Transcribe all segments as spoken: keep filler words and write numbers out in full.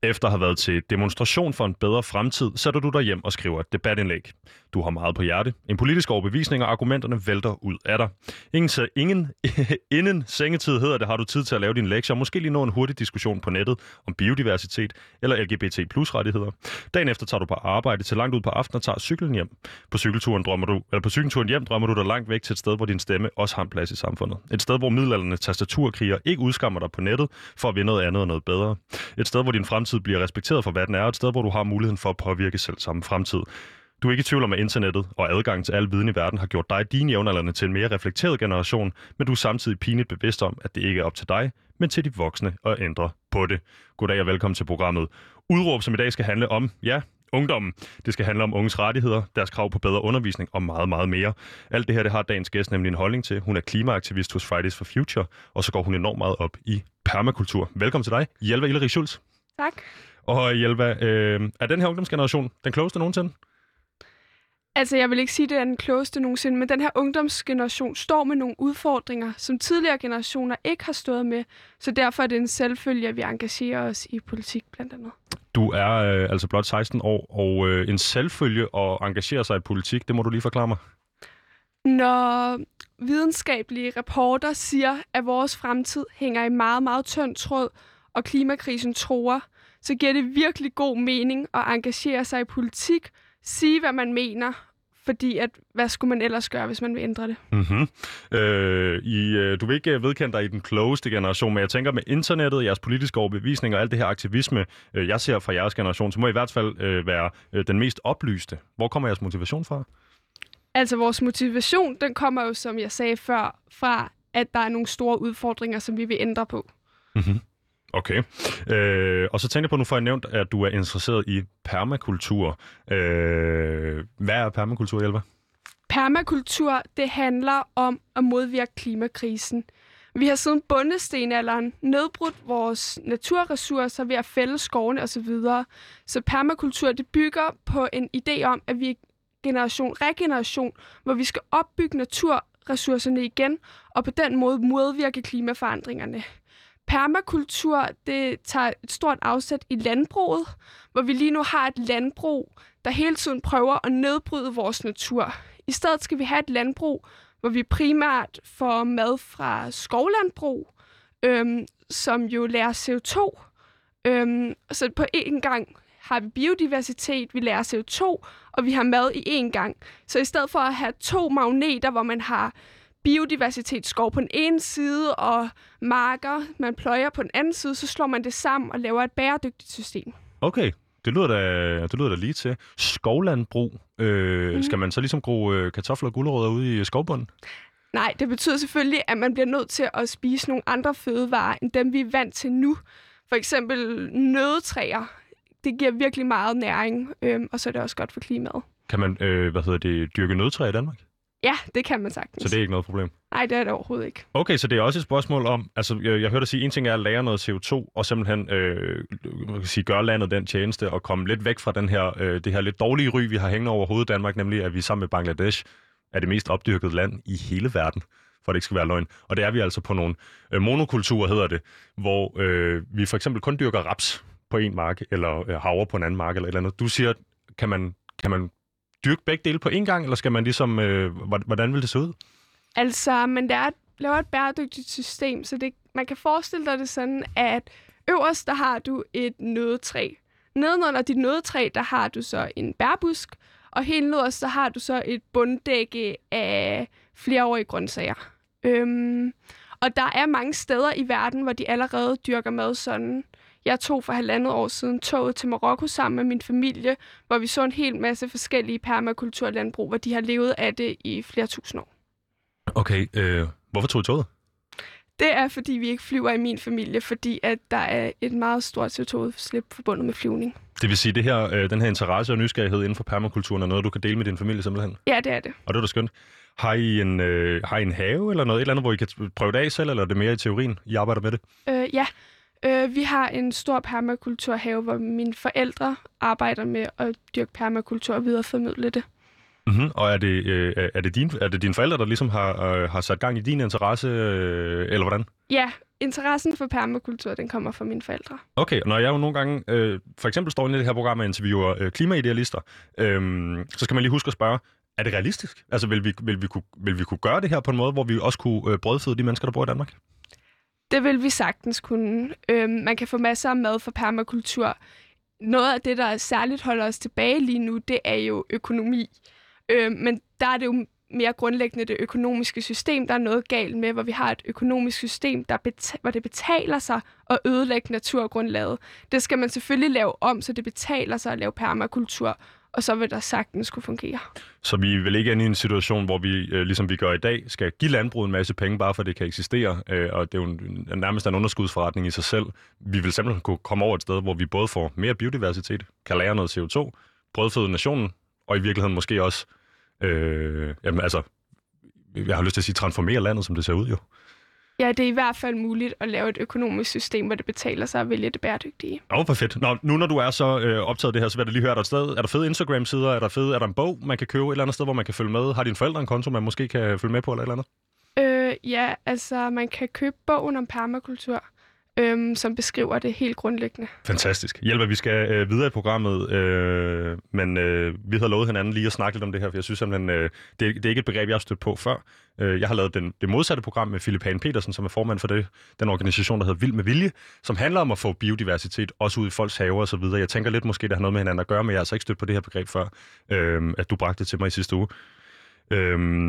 Efter at have været til demonstration for en bedre fremtid, sætter du dig hjem og skriver et debatindlæg. Du har meget på hjerte. En politisk overbevisning, og argumenterne vælter ud af dig. Ingen, ingen inden sengetid hedder det, har du tid til at lave din lektier, og måske lige nå en hurtig diskussion på nettet om biodiversitet eller L G B T plus rettigheder. Dagen efter tager du på arbejde til langt ud på aftenen og tager cyklen hjem. På cykelturen, drømmer du, eller på cykelturen hjem drømmer du dig langt væk til et sted, hvor din stemme også har en plads i samfundet. Et sted, hvor middelaldrende tastaturkrigere ikke udskammer dig på nettet for at vinde noget andet og noget bedre. Et sted, hvor din fremtid bliver respekteret for, hvad den er, og et sted, hvor du har muligheden for at påvirke selv samme fremtid. Du er ikke i tvivl om, at internettet og adgang til al viden i verden har gjort dig, dine jævnaldrende, til en mere reflekteret generation, men du er samtidig pinligt bevidst om, at det ikke er op til dig, men til de voksne at ændre på det. Goddag og velkommen til programmet Udråb, som i dag skal handle om, ja, ungdommen. Det skal handle om unges rettigheder, deres krav på bedre undervisning og meget, meget mere. Alt det her, det har dagens gæst nemlig en holdning til. Hun er klimaaktivist hos Fridays for Future, og så går hun enormt meget op i permakultur. Velkommen til dig, Jelva Illerich Schultz. Tak. Og Jelva, øh, er den her ungdomsgeneration den klogeste nogensinde? Altså, jeg vil ikke sige, at det er den klogeste nogensinde, men den her ungdomsgeneration står med nogle udfordringer, som tidligere generationer ikke har stået med. Så derfor er det en selvfølge, at vi engagerer os i politik, blandt andet. Du er øh, altså blot seksten år, og øh, en selvfølge at engagere sig i politik, det må du lige forklare mig. Når videnskabelige rapporter siger, at vores fremtid hænger i meget, meget tynd tråd, og klimakrisen truer, så giver det virkelig god mening at engagere sig i politik, sige, hvad man mener, fordi at, hvad skulle man ellers gøre, hvis man vil ændre det? Mm-hmm. Øh, I, du vil ikke vedkende dig i den klogeste generation, men jeg tænker med internettet, jeres politiske overbevisning og alt det her aktivisme, øh, jeg ser fra jeres generation, så må I, i hvert fald øh, være øh, den mest oplyste. Hvor kommer jeres motivation fra? Altså vores motivation, den kommer jo, som jeg sagde før, fra at der er nogle store udfordringer, som vi vil ændre på. Mm-hmm. Okay. Øh, og så tænker jeg på, nu får jeg nævnt, at du er interesseret i permakultur. Øh, hvad er permakultur, Jelva? Permakultur, det handler om at modvirke klimakrisen. Vi har siden bondestenalderen nedbrudt vores naturressourcer ved at fælde skovene osv. Så permakultur, det bygger på en idé om, at vi er generation, regeneration, hvor vi skal opbygge naturressourcerne igen, og på den måde modvirke klimaforandringerne. Permakultur, det tager et stort afsæt i landbruget, hvor vi lige nu har et landbrug, der hele tiden prøver at nedbryde vores natur. I stedet skal vi have et landbrug, hvor vi primært får mad fra skovlandbrug, øhm, som jo lærer C O to. Øhm, så på én gang har vi biodiversitet, vi lærer C O to, og vi har mad i én gang. Så i stedet for at have to magneter, hvor man har biodiversitetsskov på den ene side og marker, man pløjer på den anden side, så slår man det sammen og laver et bæredygtigt system. Okay, det lyder da, det lyder da lige til. Skovlandbrug. Øh, mm. Skal man så ligesom gro øh, kartofler og gulerødder ude i skovbunden? Nej, det betyder selvfølgelig, at man bliver nødt til at spise nogle andre fødevarer, end dem vi er vant til nu. For eksempel nøddetræer. Det giver virkelig meget næring, øh, og så er det også godt for klimaet. Kan man øh, hvad hedder det, dyrke nøddetræer i Danmark? Ja, det kan man sagtens. Så det er ikke noget problem? Nej, det er det overhovedet ikke. Okay, så det er også et spørgsmål om, altså jeg, jeg hørte dig sige, en ting er at lære noget C O to, og simpelthen øh, man kan sige, gøre landet den tjeneste, og komme lidt væk fra den her, øh, det her lidt dårlige ry, vi har hængende over hovedet Danmark, nemlig at vi sammen med Bangladesh er det mest opdyrkede land i hele verden, for det ikke skal være løgn. Og det er vi altså på nogle øh, monokulturer, hedder det, hvor øh, vi for eksempel kun dyrker raps på en mark, eller øh, havre på en anden mark, eller et eller andet. Du siger, kan man, kan man dyrke begge dele på én gang, eller skal man ligesom, øh, hvordan vil det se ud? Altså, men der er, laver et bæredygtigt system, så det, man kan forestille dig det sådan, at øverst, der har du et nøddetræ. Nedenunder dit nøddetræ, der har du så en bærbusk, og helt nederst, så har du så et bunddække af flereårige grøntsager. Øhm, og der er mange steder i verden, hvor de allerede dyrker mad sådan. Jeg tog for halvandet år siden toget til Marokko sammen med min familie, hvor vi så en hel masse forskellige permakulturlandbrug, hvor de har levet af det i flere tusind år. Okay, øh, hvorfor tog I toget? Det er, fordi vi ikke flyver i min familie, fordi at der er et meget stort C O to-udslip forbundet med flyvning. Det vil sige, at det her, øh, den her interesse og nysgerrighed inden for permakulturen er noget, du kan dele med din familie simpelthen? Ja, det er det. Og det er da skønt. Har I en, øh, har I en have eller noget, et eller andet, hvor I kan prøve det af selv, eller er det mere i teorien, I arbejder med det? Øh, ja. Øh, vi har en stor permakulturhave, hvor mine forældre arbejder med at dyrke permakultur og videreformidle det. Mm-hmm. Og er det, øh, er, det din, er det dine forældre, der ligesom har, øh, har sat gang i din interesse, øh, eller hvordan? Ja, interessen for permakultur, den kommer fra mine forældre. Okay, når jeg jo nogle gange, øh, for eksempel står inde i det her program og interviewer øh, klimaidealister, øh, så skal man lige huske at spørge, er det realistisk? Altså, vil vi, vil, vi kunne, vil vi kunne gøre det her på en måde, hvor vi også kunne øh, brødføde de mennesker, der bor i Danmark? Det vil vi sagtens kunne. Øhm, man kan få masser af mad fra permakultur. Noget af det, der særligt holder os tilbage lige nu, det er jo økonomi. Øhm, men der er det jo mere grundlæggende det økonomiske system, der er noget galt med, hvor vi har et økonomisk system, der beta- hvor det betaler sig at ødelægge naturgrundlaget. Det skal man selvfølgelig lave om, så det betaler sig at lave permakultur, og så vil der sagtens kunne fungere. Så vi vil ikke ende i en situation, hvor vi, øh, ligesom vi gør i dag, skal give landbruget en masse penge, bare for det kan eksistere, øh, og det er jo en, nærmest en underskudsforretning i sig selv. Vi vil simpelthen kunne komme over et sted, hvor vi både får mere biodiversitet, kan lære noget C O to, brødføde nationen, og i virkeligheden måske også, øh, jamen altså, jeg har lyst til at sige, transformere landet, som det ser ud jo. Ja, det er i hvert fald muligt at lave et økonomisk system, hvor det betaler sig at vælge det bæredygtige. Åh, oh, perfekt. Nå, nu når du er så øh, optaget af det her, så vil jeg lige høre, er der, et sted, er der fede Instagram-sider, er der, fede, er der en bog, man kan købe et eller andet sted, hvor man kan følge med? Har dine forældre en konto, man måske kan følge med på eller et eller andet? Øh, ja, altså man kan købe bogen om permakultur, øhm, som beskriver det helt grundlæggende. Fantastisk. Hjælp, vi skal øh, videre i programmet, øh, men øh, vi havde lovet hinanden lige at snakke lidt om det her, for jeg synes simpelthen, øh, det, det er ikke et begreb, jeg har stødt på før. Øh, jeg har lavet den, det modsatte program med Philip Hagen Petersen, som er formand for det, den organisation, der hedder Vild med Vilje, som handler om at få biodiversitet, også ud i folks haver og så videre. Jeg tænker lidt måske, det har noget med hinanden at gøre, men jeg har altså ikke stødt på det her begreb før, øh, at du bragte det til mig i sidste uge. Øh,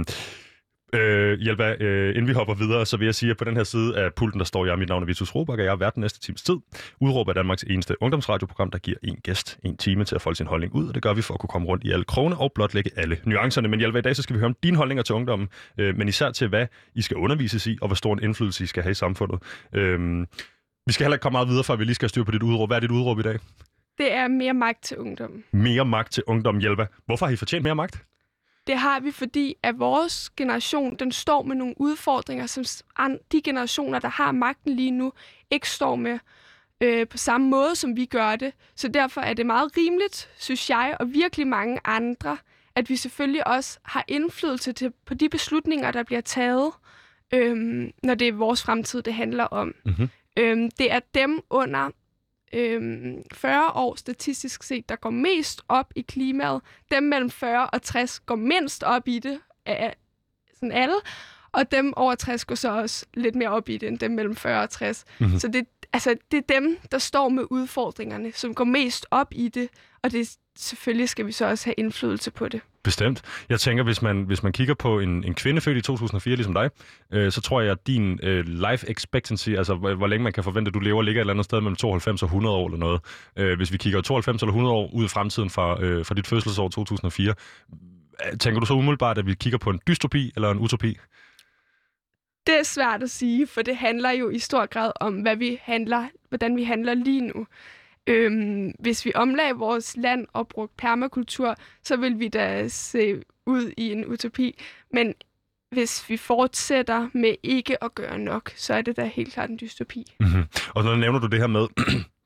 Øh, Hjelba, øh, inden vi hopper videre, så vil jeg sige, at på den her side af pulten, der står jeg, mit navn er Vitus Robak, og jeg har været den næste times tid. Udråb er Danmarks eneste ungdomsradioprogram, der giver en gæst en time til at folde sin holdning ud, og det gør vi for at kunne komme rundt i alle krogene og blotlægge alle nuancerne. Men Hjelba, i dag så skal vi høre om dine holdninger til ungdommen, øh, men især til, hvad I skal undervises i, og hvor stor en indflydelse I skal have i samfundet. Øh, vi skal heller ikke komme meget videre, før vi lige skal styre på dit udråb. Hvad er dit udråb i dag? Det er mere magt til ungdommen. Mere magt til ungdommen, Hjelba. Hvorfor har I fortjent mere magt? Det har vi, fordi at vores generation, den står med nogle udfordringer, som de generationer, der har magten lige nu, ikke står med øh, på samme måde, som vi gør det. Så derfor er det meget rimeligt, synes jeg, og virkelig mange andre, at vi selvfølgelig også har indflydelse til, på de beslutninger, der bliver taget, øh, når det er vores fremtid, det handler om. Mm-hmm. Øh, det er dem under Øhm, fyrre år statistisk set, der går mest op i klimaet. Dem mellem fyrre og tres går mindst op i det af sådan alle, og dem over tres går så også lidt mere op i det, end dem mellem fyrre og tres. Mm-hmm. Så det, altså, det er dem, der står med udfordringerne, som går mest op i det, og det selvfølgelig skal vi så også have indflydelse på det. Bestemt. Jeg tænker, hvis man, hvis man kigger på en, en kvinde født i to tusind og fire, ligesom dig, øh, så tror jeg, at din øh, life expectancy, altså hvor, hvor længe man kan forvente, at du lever, ligger et eller andet sted mellem tooghalvfems og hundrede år eller noget. Øh, hvis vi kigger tooghalvfems eller hundrede år ud i fremtiden fra, øh, fra dit fødselsår to tusind og fire, tænker du så umiddelbart, at vi kigger på en dystopi eller en utopi? Det er svært at sige, for det handler jo i stor grad om, hvad vi handler, hvordan vi handler lige nu. Øhm, hvis vi omlagde vores land og brugte permakultur, så vil vi da se ud i en utopi. Men hvis vi fortsætter med ikke at gøre nok, så er det da helt klart en dystopi. Mm-hmm. Og så nævner du det her med,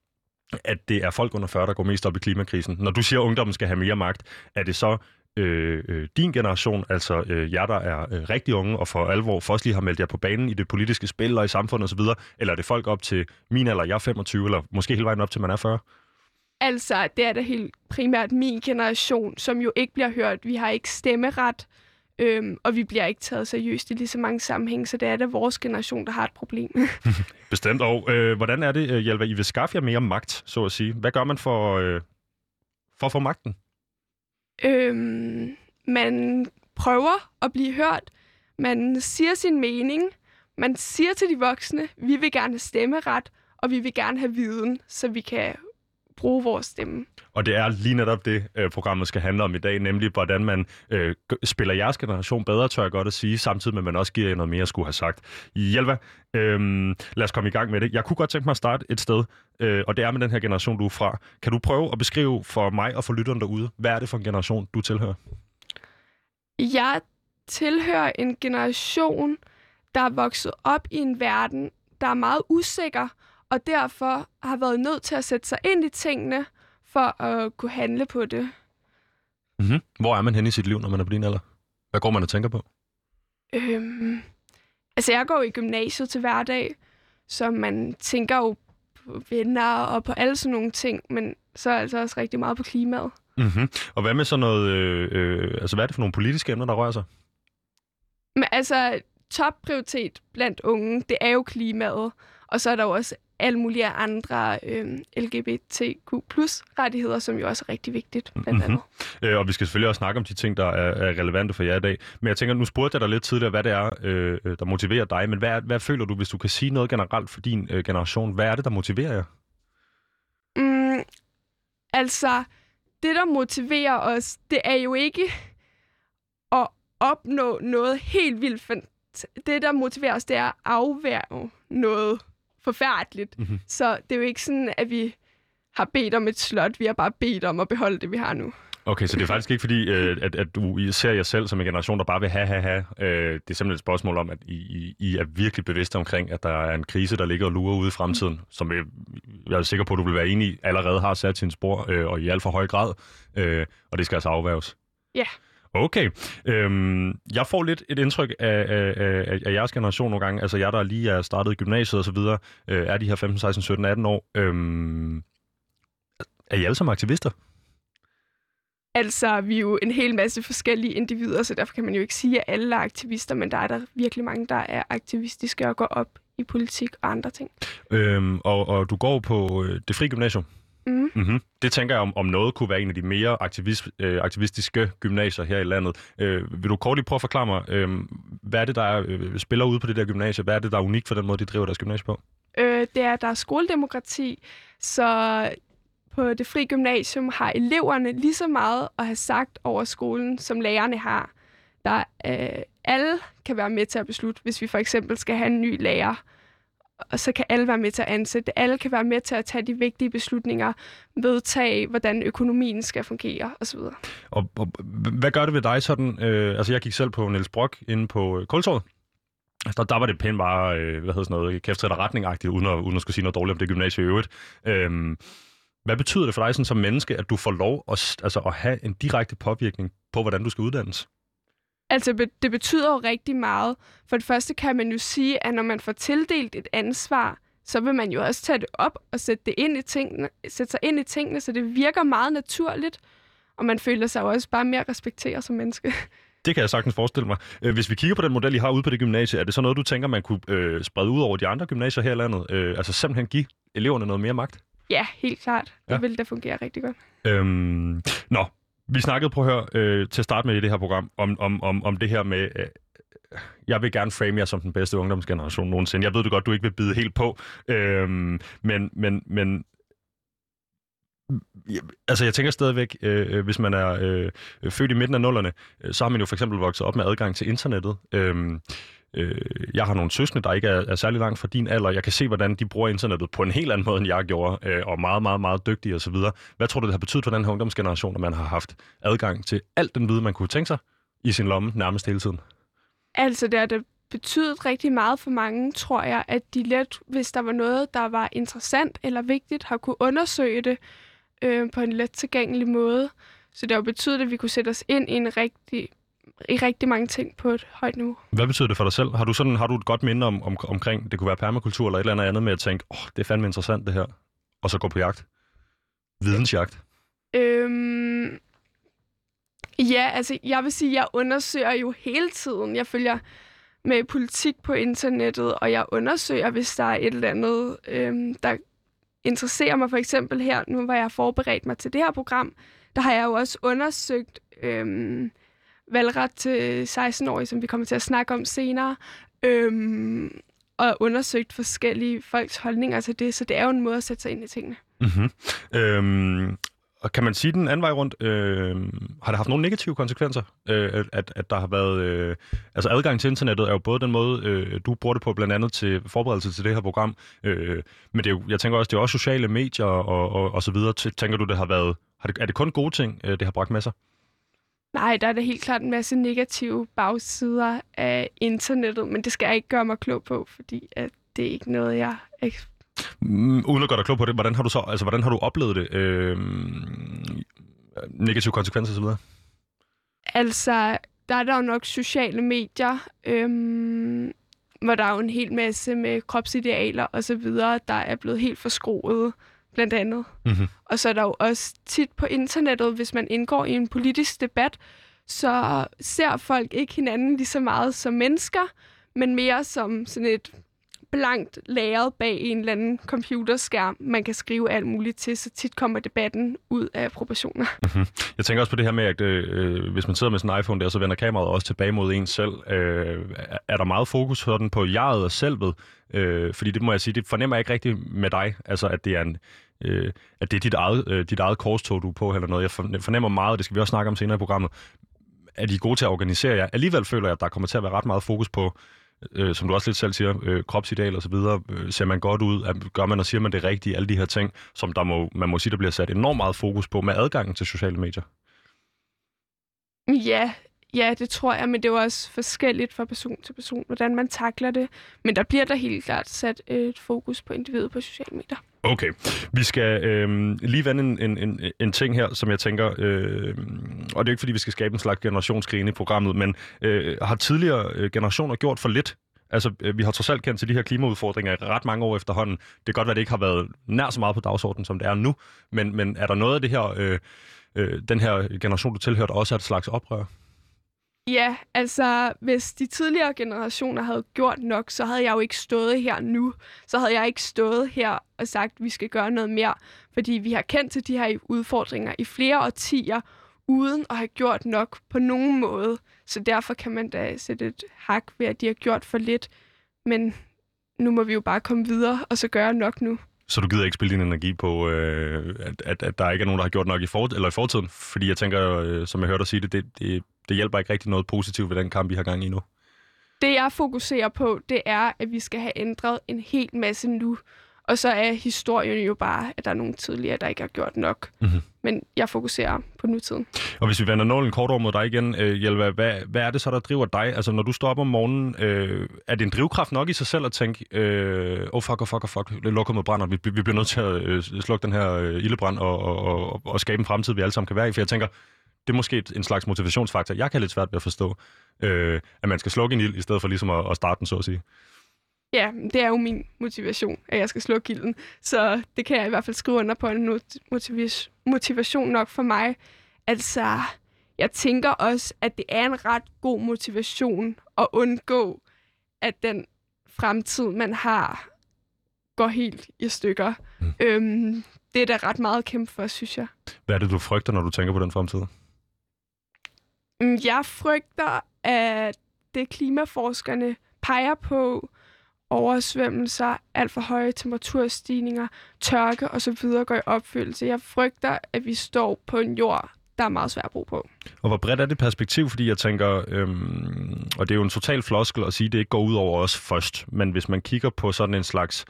at det er folk under fyrre, der går mest op i klimakrisen. Når du siger, at ungdommen skal have mere magt, er det så øh, øh, din generation, altså øh, jer, der er øh, rigtig unge og for alvor først lige har meldt jer på banen i det politiske spil og i samfundet osv., eller er det folk op til min alder, jeg er femogtyve, eller måske hele vejen op til man er fyrre? Altså, det er da helt primært min generation, som jo ikke bliver hørt. Vi har ikke stemmeret, øhm, og vi bliver ikke taget seriøst i lige så mange sammenhæng, så det er da vores generation, der har et problem. Bestemt. Og øh, hvordan er det, Hjelba, I vil skaffe jer mere magt, så at sige? Hvad gør man for, øh, for at få magten? Øhm, man prøver at blive hørt. Man siger sin mening. Man siger til de voksne, vi vil gerne have stemmeret, og vi vil gerne have viden, så vi kan bruge vores stemme. Og det er lige netop det, øh, programmet skal handle om i dag, nemlig hvordan man øh, spiller jeres generation bedre, tør jeg godt at sige, samtidig med, at man også giver jer noget mere at skulle have sagt. Hjelba, øh, lad os komme i gang med det. Jeg kunne godt tænke mig at starte et sted, øh, og det er med den her generation, du er fra. Kan du prøve at beskrive for mig og for lytteren derude, hvad er det for en generation, du tilhører? Jeg tilhører en generation, der er vokset op i en verden, der er meget usikker, og derfor har været nødt til at sætte sig ind i tingene, for at kunne handle på det. Mm-hmm. Hvor er man henne i sit liv, når man er på din alder? Hvad går man og tænker på? Øhm, altså, jeg går i gymnasiet til hverdag, Så man tænker jo på venner og på alle sådan nogle ting, men så er altså også rigtig meget på klimaet. Mm-hmm. Og hvad med sådan noget, øh, øh, altså hvad er det for nogle politiske emner, der rører sig? Men altså, topprioritet blandt unge, det er jo klimaet, og så er der jo også alle mulige andre øh, L G B T Q plus rettigheder, som jo også er rigtig vigtigt, blandt andet. Mm-hmm. Øh, og vi skal selvfølgelig også snakke om de ting, der er, er relevante for jer i dag. Men jeg tænker, nu spurgte jeg dig lidt tidligere, hvad det er, øh, der motiverer dig. Men hvad, er, hvad føler du, hvis du kan sige noget generelt for din øh, generation? Hvad er det, der motiverer jer? Mm, altså, det, der motiverer os, det er jo ikke at opnå noget helt vildt. Det, der motiverer os, det er at afværge noget forfærdeligt. Mm-hmm. Så det er jo ikke sådan, at vi har bedt om et slot. Vi har bare bedt om at beholde det, vi har nu. Okay, så det er faktisk ikke fordi, øh, at, at du ser jer selv som en generation, der bare vil have, have, have. Øh, det er simpelthen et spørgsmål om, at I, I, I er virkelig bevidste omkring, at der er en krise, der ligger og lurer ude i fremtiden, mm. som jeg, jeg er sikker på, at du vil være enig i, allerede har sat sin spor, øh, og i alt for høj grad. Øh, og det skal altså afværges. Ja. Yeah. Okay. Øhm, jeg får lidt et indtryk af, af, af, af jeres generation nogle gange. Altså jer, der lige er startet i gymnasiet og så videre, øh, er de her femten, seksten, sytten, atten år. Øhm, er I alle sammen aktivister? Altså, vi er jo en hel masse forskellige individer, så derfor kan man jo ikke sige, at alle er aktivister, men der er der virkelig mange, der er aktivistiske og går op i politik og andre ting. Øhm, og, og du går på øh, Det Fri Gymnasium? Mm. Mm-hmm. Det tænker jeg om, om noget kunne være en af de mere aktivist, øh, aktivistiske gymnasier her i landet. Øh, vil du kort lige prøve at forklare mig, øh, hvad er det, der er, øh, spiller ude på det der gymnasie? Hvad er det, der er unikt for den måde, de driver deres gymnasie på? Øh, det er, der er skoledemokrati, så på Det Fri Gymnasium har eleverne lige så meget at have sagt over skolen, som lærerne har. Der øh, alle kan være med til at beslutte, hvis vi for eksempel skal have en ny lærer, og så kan alle være med til at ansætte. Alle kan være med til at tage de vigtige beslutninger, vedtage, hvordan økonomien skal fungere osv. Og, og hvad gør det ved dig sådan? Øh, altså jeg gik selv på Niels Brock inde på Kultorvet. Der, der var det pænt bare, øh, hvad hedder sådan noget, kæft retning-agtigt, uden at, uden at skulle sige noget dårligt om det gymnasie i øvrigt. Øh, hvad betyder det for dig sådan, som menneske, at du får lov at, altså, at have en direkte påvirkning på, hvordan du skal uddannes? Altså, det betyder jo rigtig meget. For det første kan man jo sige, at når man får tildelt et ansvar, så vil man jo også tage det op og sætte, det ind i tingene, sætte sig ind i tingene, så det virker meget naturligt, og man føler sig jo også bare mere respekteret som menneske. Det kan jeg sagtens forestille mig. Hvis vi kigger på den model, I har ude på det gymnasie, er det så noget, du tænker, man kunne øh, sprede ud over de andre gymnasier her i landet? Øh, altså simpelthen give eleverne noget mere magt? Ja, helt klart. Det ja. vil da fungere rigtig godt. Øhm, nå, vi snakkede, prøv at høre, øh, til at starte med i det her program, om, om, om, om det her med, øh, jeg vil gerne frame jer som den bedste ungdomsgeneration nogensinde. Jeg ved det godt, du ikke vil bide helt på, øh, men, men, men altså jeg tænker stadigvæk, øh, hvis man er øh, født i midten af nullerne, øh, så har man jo for eksempel vokset op med adgang til internettet. Øh, øh, jeg har nogle søskende, der ikke er, er særlig langt fra din alder. Jeg kan se, hvordan de bruger internettet på en helt anden måde, end jeg gjorde, øh, og meget, meget, meget dygtige osv. Hvad tror du, det har betydet for den her ungdomsgeneration, at man har haft adgang til alt den viden, man kunne tænke sig i sin lomme nærmest hele tiden? Altså det har det betydet rigtig meget for mange, tror jeg, at de let, hvis der var noget, der var interessant eller vigtigt, har kunne undersøge det øh, på en let tilgængelig måde. Så det har betydet, at vi kunne sætte os ind i en rigtig i rigtig mange ting på et højt niveau. Hvad betyder det for dig selv? Har du sådan har du et godt minde om, om omkring det kunne være permakultur eller et eller andet andet med at tænke, åh, oh, det er fandme interessant det her, og så gå på jagt? Vidensjagt? Øhm, ja, altså jeg vil sige, jeg undersøger jo hele tiden. Jeg følger med politik på internettet, og jeg undersøger, hvis der er et eller andet, øhm, der interesserer mig. For eksempel her, nu hvor jeg har forberedt mig til det her program, der har jeg jo også undersøgt øhm, valgret til seksten-årige, som vi kommer til at snakke om senere, øhm, og undersøgt forskellige folks holdninger til det, så det er jo en måde at sætte sig ind i tingene. Mm-hmm. Øhm, og kan man sige den anden vej rundt, øh, har det haft nogle negative konsekvenser, øh, at, at der har været, øh, altså adgang til internettet er jo både den måde, øh, du bruger det på blandt andet til forberedelse til det her program, øh, men det er jo, jeg tænker også, det er også sociale medier og, og, og så videre. Tænker du, det har været, har det, er det kun gode ting, det har bragt med sig? Nej, der er da helt klart en masse negative bagsider af internettet, men det skal jeg ikke gøre mig klog på, fordi at det er ikke noget, jeg... Ikke... Mm, uden at gøre dig klog på det, hvordan har du så, altså hvordan har du oplevet det? Øh, negative konsekvenser og så videre? Altså, der er der jo nok sociale medier. Øhm, hvor der er jo en hel masse med kropsidealer og så videre, der er blevet helt forskroet, blandt andet. Mm-hmm. Og så er der jo også tit på internettet, hvis man indgår i en politisk debat, så ser folk ikke hinanden lige så meget som mennesker, men mere som sådan et blankt lagret bag en eller anden computerskærm, man kan skrive alt muligt til, så tit kommer debatten ud af proportioner. Mm-hmm. Jeg tænker også på det her med, at øh, hvis man sidder med sin iPhone der, så vender kameraet også tilbage mod en selv. Øh, er der meget fokus sådan på jeget og selvet? Øh, fordi det må jeg sige, det fornemmer jeg ikke rigtigt med dig, altså at det er en øh, at det er dit eget, øh, dit eget korstog, du er på eller noget. Jeg fornemmer meget, og det skal vi også snakke om senere i programmet, at I er gode til at organisere jer. Alligevel føler jeg, at der kommer til at være ret meget fokus på, øh, som du også lidt selv siger, øh, kropsideal og så videre. Øh, ser man godt ud? Gør man og siger man det rigtige? Alle de her ting, som der må, man må sige, der bliver sat enormt meget fokus på med adgangen til sociale medier. Ja, ja, det tror jeg, men det er jo også forskelligt fra person til person, hvordan man takler det. Men der bliver der helt klart sat et fokus på individet på sociale medier. Okay, vi skal øh, lige vende en, en, en, en ting her, som jeg tænker, øh, og det er ikke fordi, vi skal skabe en slags generationskrig i programmet, men øh, har tidligere generationer gjort for lidt? Altså, øh, vi har trods alt kendt til de her klimaudfordringer i ret mange år efterhånden. Det kan godt være, det ikke har været nær så meget på dagsordenen, som det er nu, men, men er der noget af det her, øh, øh, den her generation, du tilhørte, også er et slags oprør? Ja, altså hvis de tidligere generationer havde gjort nok, så havde jeg jo ikke stået her nu. Så havde jeg ikke stået her og sagt, at vi skal gøre noget mere. Fordi vi har kendt til de her udfordringer i flere årtier, uden at have gjort nok på nogen måde. Så derfor kan man da sætte et hak ved, at de har gjort for lidt. Men nu må vi jo bare komme videre og så gøre nok nu. Så du gider ikke spille din energi på, øh, at, at, at der ikke er nogen, der har gjort nok i, for, eller i fortiden? Fordi jeg tænker, øh, som jeg hørte dig sige det, det, det, det hjælper ikke rigtig noget positivt ved den kamp, vi har gang i nu. Det, jeg fokuserer på, det er, at vi skal have ændret en hel masse nu. Og så er historien jo bare, at der er nogle tidligere, der ikke har gjort nok. Mm-hmm. Men jeg fokuserer på nutiden. Og hvis vi vender nålen kort over mod dig igen, øh, Hjelva, hvad, hvad er det så, der driver dig? Altså, når du står op om morgenen, øh, er det en drivkraft nok i sig selv at tænke, øh, oh fuck, oh fuck, oh fuck, lokummet brænder, vi, vi bliver nødt til at øh, slukke den her øh, ildebrand og, og, og, og skabe en fremtid, vi alle sammen kan være i? For jeg tænker, det er måske en slags motivationsfaktor. Jeg kan have lidt svært ved at forstå, øh, at man skal slukke en ild, i stedet for ligesom at, at starte den, så at sige. Ja, det er jo min motivation, at jeg skal slukke ilden. Så det kan jeg i hvert fald skrive under på en motivation, motivation nok for mig. Altså, jeg tænker også, at det er en ret god motivation at undgå, at den fremtid, man har, går helt i stykker. Mm. Øhm, det er da ret meget at kæmpe for, synes jeg. Hvad er det, du frygter, når du tænker på den fremtid? Jeg frygter, at det klimaforskerne peger på, oversvømmelser, alt for høje temperaturstigninger, tørke osv. går i opfyldelse. Jeg frygter, at vi står på en jord, der er meget svært at bruge på. Og hvor bredt er det perspektiv? Fordi jeg tænker, øhm, og det er jo en total floskel at sige, at det ikke går ud over os først, men hvis man kigger på sådan en slags,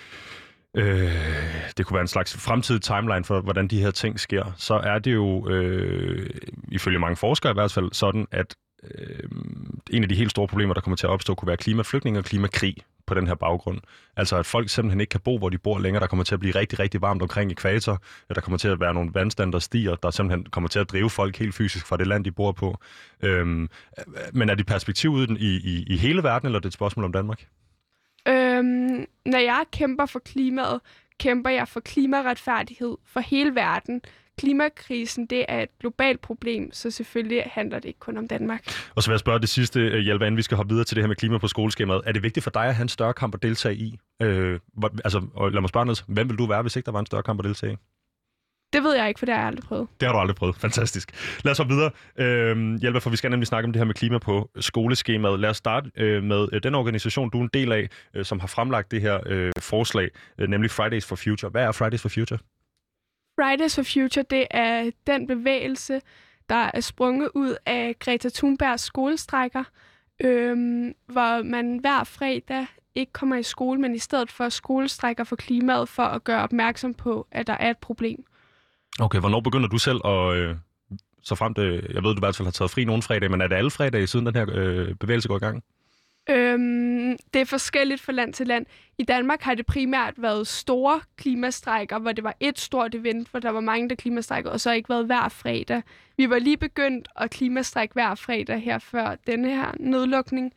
øh, det kunne være en slags fremtidig timeline for, hvordan de her ting sker, så er det jo, øh, ifølge mange forskere i hvert fald, sådan, at øh, en af de helt store problemer, der kommer til at opstå, kunne være klimaflygtning og klimakrig på den her baggrund. Altså at folk simpelthen ikke kan bo, hvor de bor længere. Der kommer til at blive rigtig, rigtig varmt omkring ækvator. Der kommer til at være nogle vandstand, der stiger, der simpelthen kommer til at drive folk helt fysisk fra det land, de bor på. Øhm, men er det perspektiv uden i, i, i hele verden, eller er det et spørgsmål om Danmark? Øhm, når jeg kæmper for klimaet, kæmper jeg for klimaretfærdighed for hele verden. Klimakrisen, det er et globalt problem, så selvfølgelig handler det ikke kun om Danmark. Og så vil jeg spørge det sidste, Hjelva, inden vi skal hoppe videre til det her med klima på skoleskemaet. Er det vigtigt for dig at have en større kamp at deltage i? Øh, hvor, altså, og lad mig spørge noget. Hvem vil du være, hvis ikke der var en større kamp at deltage i? Det ved jeg ikke, for det har jeg aldrig prøvet. Det har du aldrig prøvet. Fantastisk. Lad os hoppe videre. Øh, Hjelva, for vi skal nemlig snakke om det her med klima på skoleskemaet. Lad os starte øh, med øh, den organisation, du er en del af, øh, som har fremlagt det her øh, forslag, øh, nemlig Fridays for Future. Hvad er Fridays for Future? Fridays for Future, det er den bevægelse, der er sprunget ud af Greta Thunbergs skolestrækker, øhm, hvor man hver fredag ikke kommer i skole, men i stedet for skolestrækker for klimaet, for at gøre opmærksom på, at der er et problem. Okay, hvornår begynder du selv at, øh, så frem til, jeg ved, du i hvert fald har taget fri nogle fredage, men er det alle fredage, siden den her øh, bevægelse går i gang? Øhm, det er forskelligt fra land til land. I Danmark har det primært været store klimastrejker, hvor det var et stort event, hvor der var mange, der klimastrækkede, og så har ikke været hver fredag. Vi var lige begyndt at klimastrække hver fredag her før denne her nedlukning,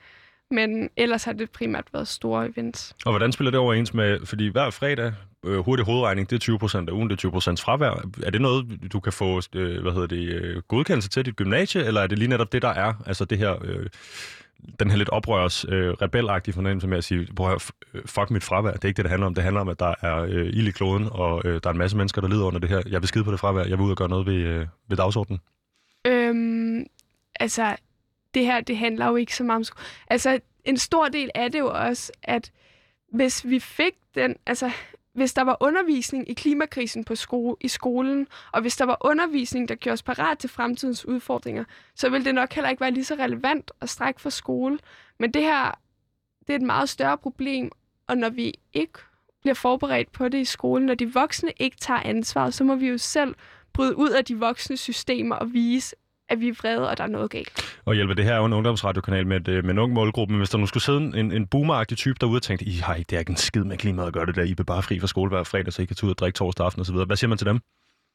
Men ellers har det primært været store events. Og hvordan spiller det overens med, fordi hver fredag, øh, hurtig hovedregning, det er tyve procent af ugen, det er tyve procent fravær. Er det noget, du kan få øh, hvad hedder det, øh, godkendelse til dit gymnasie, eller er det lige netop det, der er? Altså det her, øh, den her lidt oprørs, øh, rebelagtige fornemmelse med at sige, prøv at fuck mit fravær. Det er ikke det, det handler om. Det handler om, at der er øh, ild i kloden, og øh, der er en masse mennesker, der lider under det her. Jeg vil skide på det fravær. Jeg vil ud og gøre noget ved, øh, ved dagsordenen. Øhm, altså, det her, det handler jo ikke så meget om... Sko- altså, en stor del af det jo også, at hvis vi fik den... Altså, hvis der var undervisning i klimakrisen på sko- i skolen, og hvis der var undervisning, der gjorde os parat til fremtidens udfordringer, så ville det nok heller ikke være lige så relevant at strække for skole. Men det her, det er et meget større problem, og når vi ikke bliver forberedt på det i skolen, når de voksne ikke tager ansvar, så må vi jo selv bryde ud af de voksne systemer og vise, at vi er vrede, og der er noget galt. Og hjælpe, det her er jo en ungdomsradiokanal med, med en ung målgruppe, men hvis der nu skulle sidde en, en boomeragtig type derude og tænkte, I har ikke, det er ikke en skid med klimaet at gøre det der, I er bare fri fra skole hver fredag, så I kan tage ud og drikke torsdag aften osv. Hvad siger man til dem?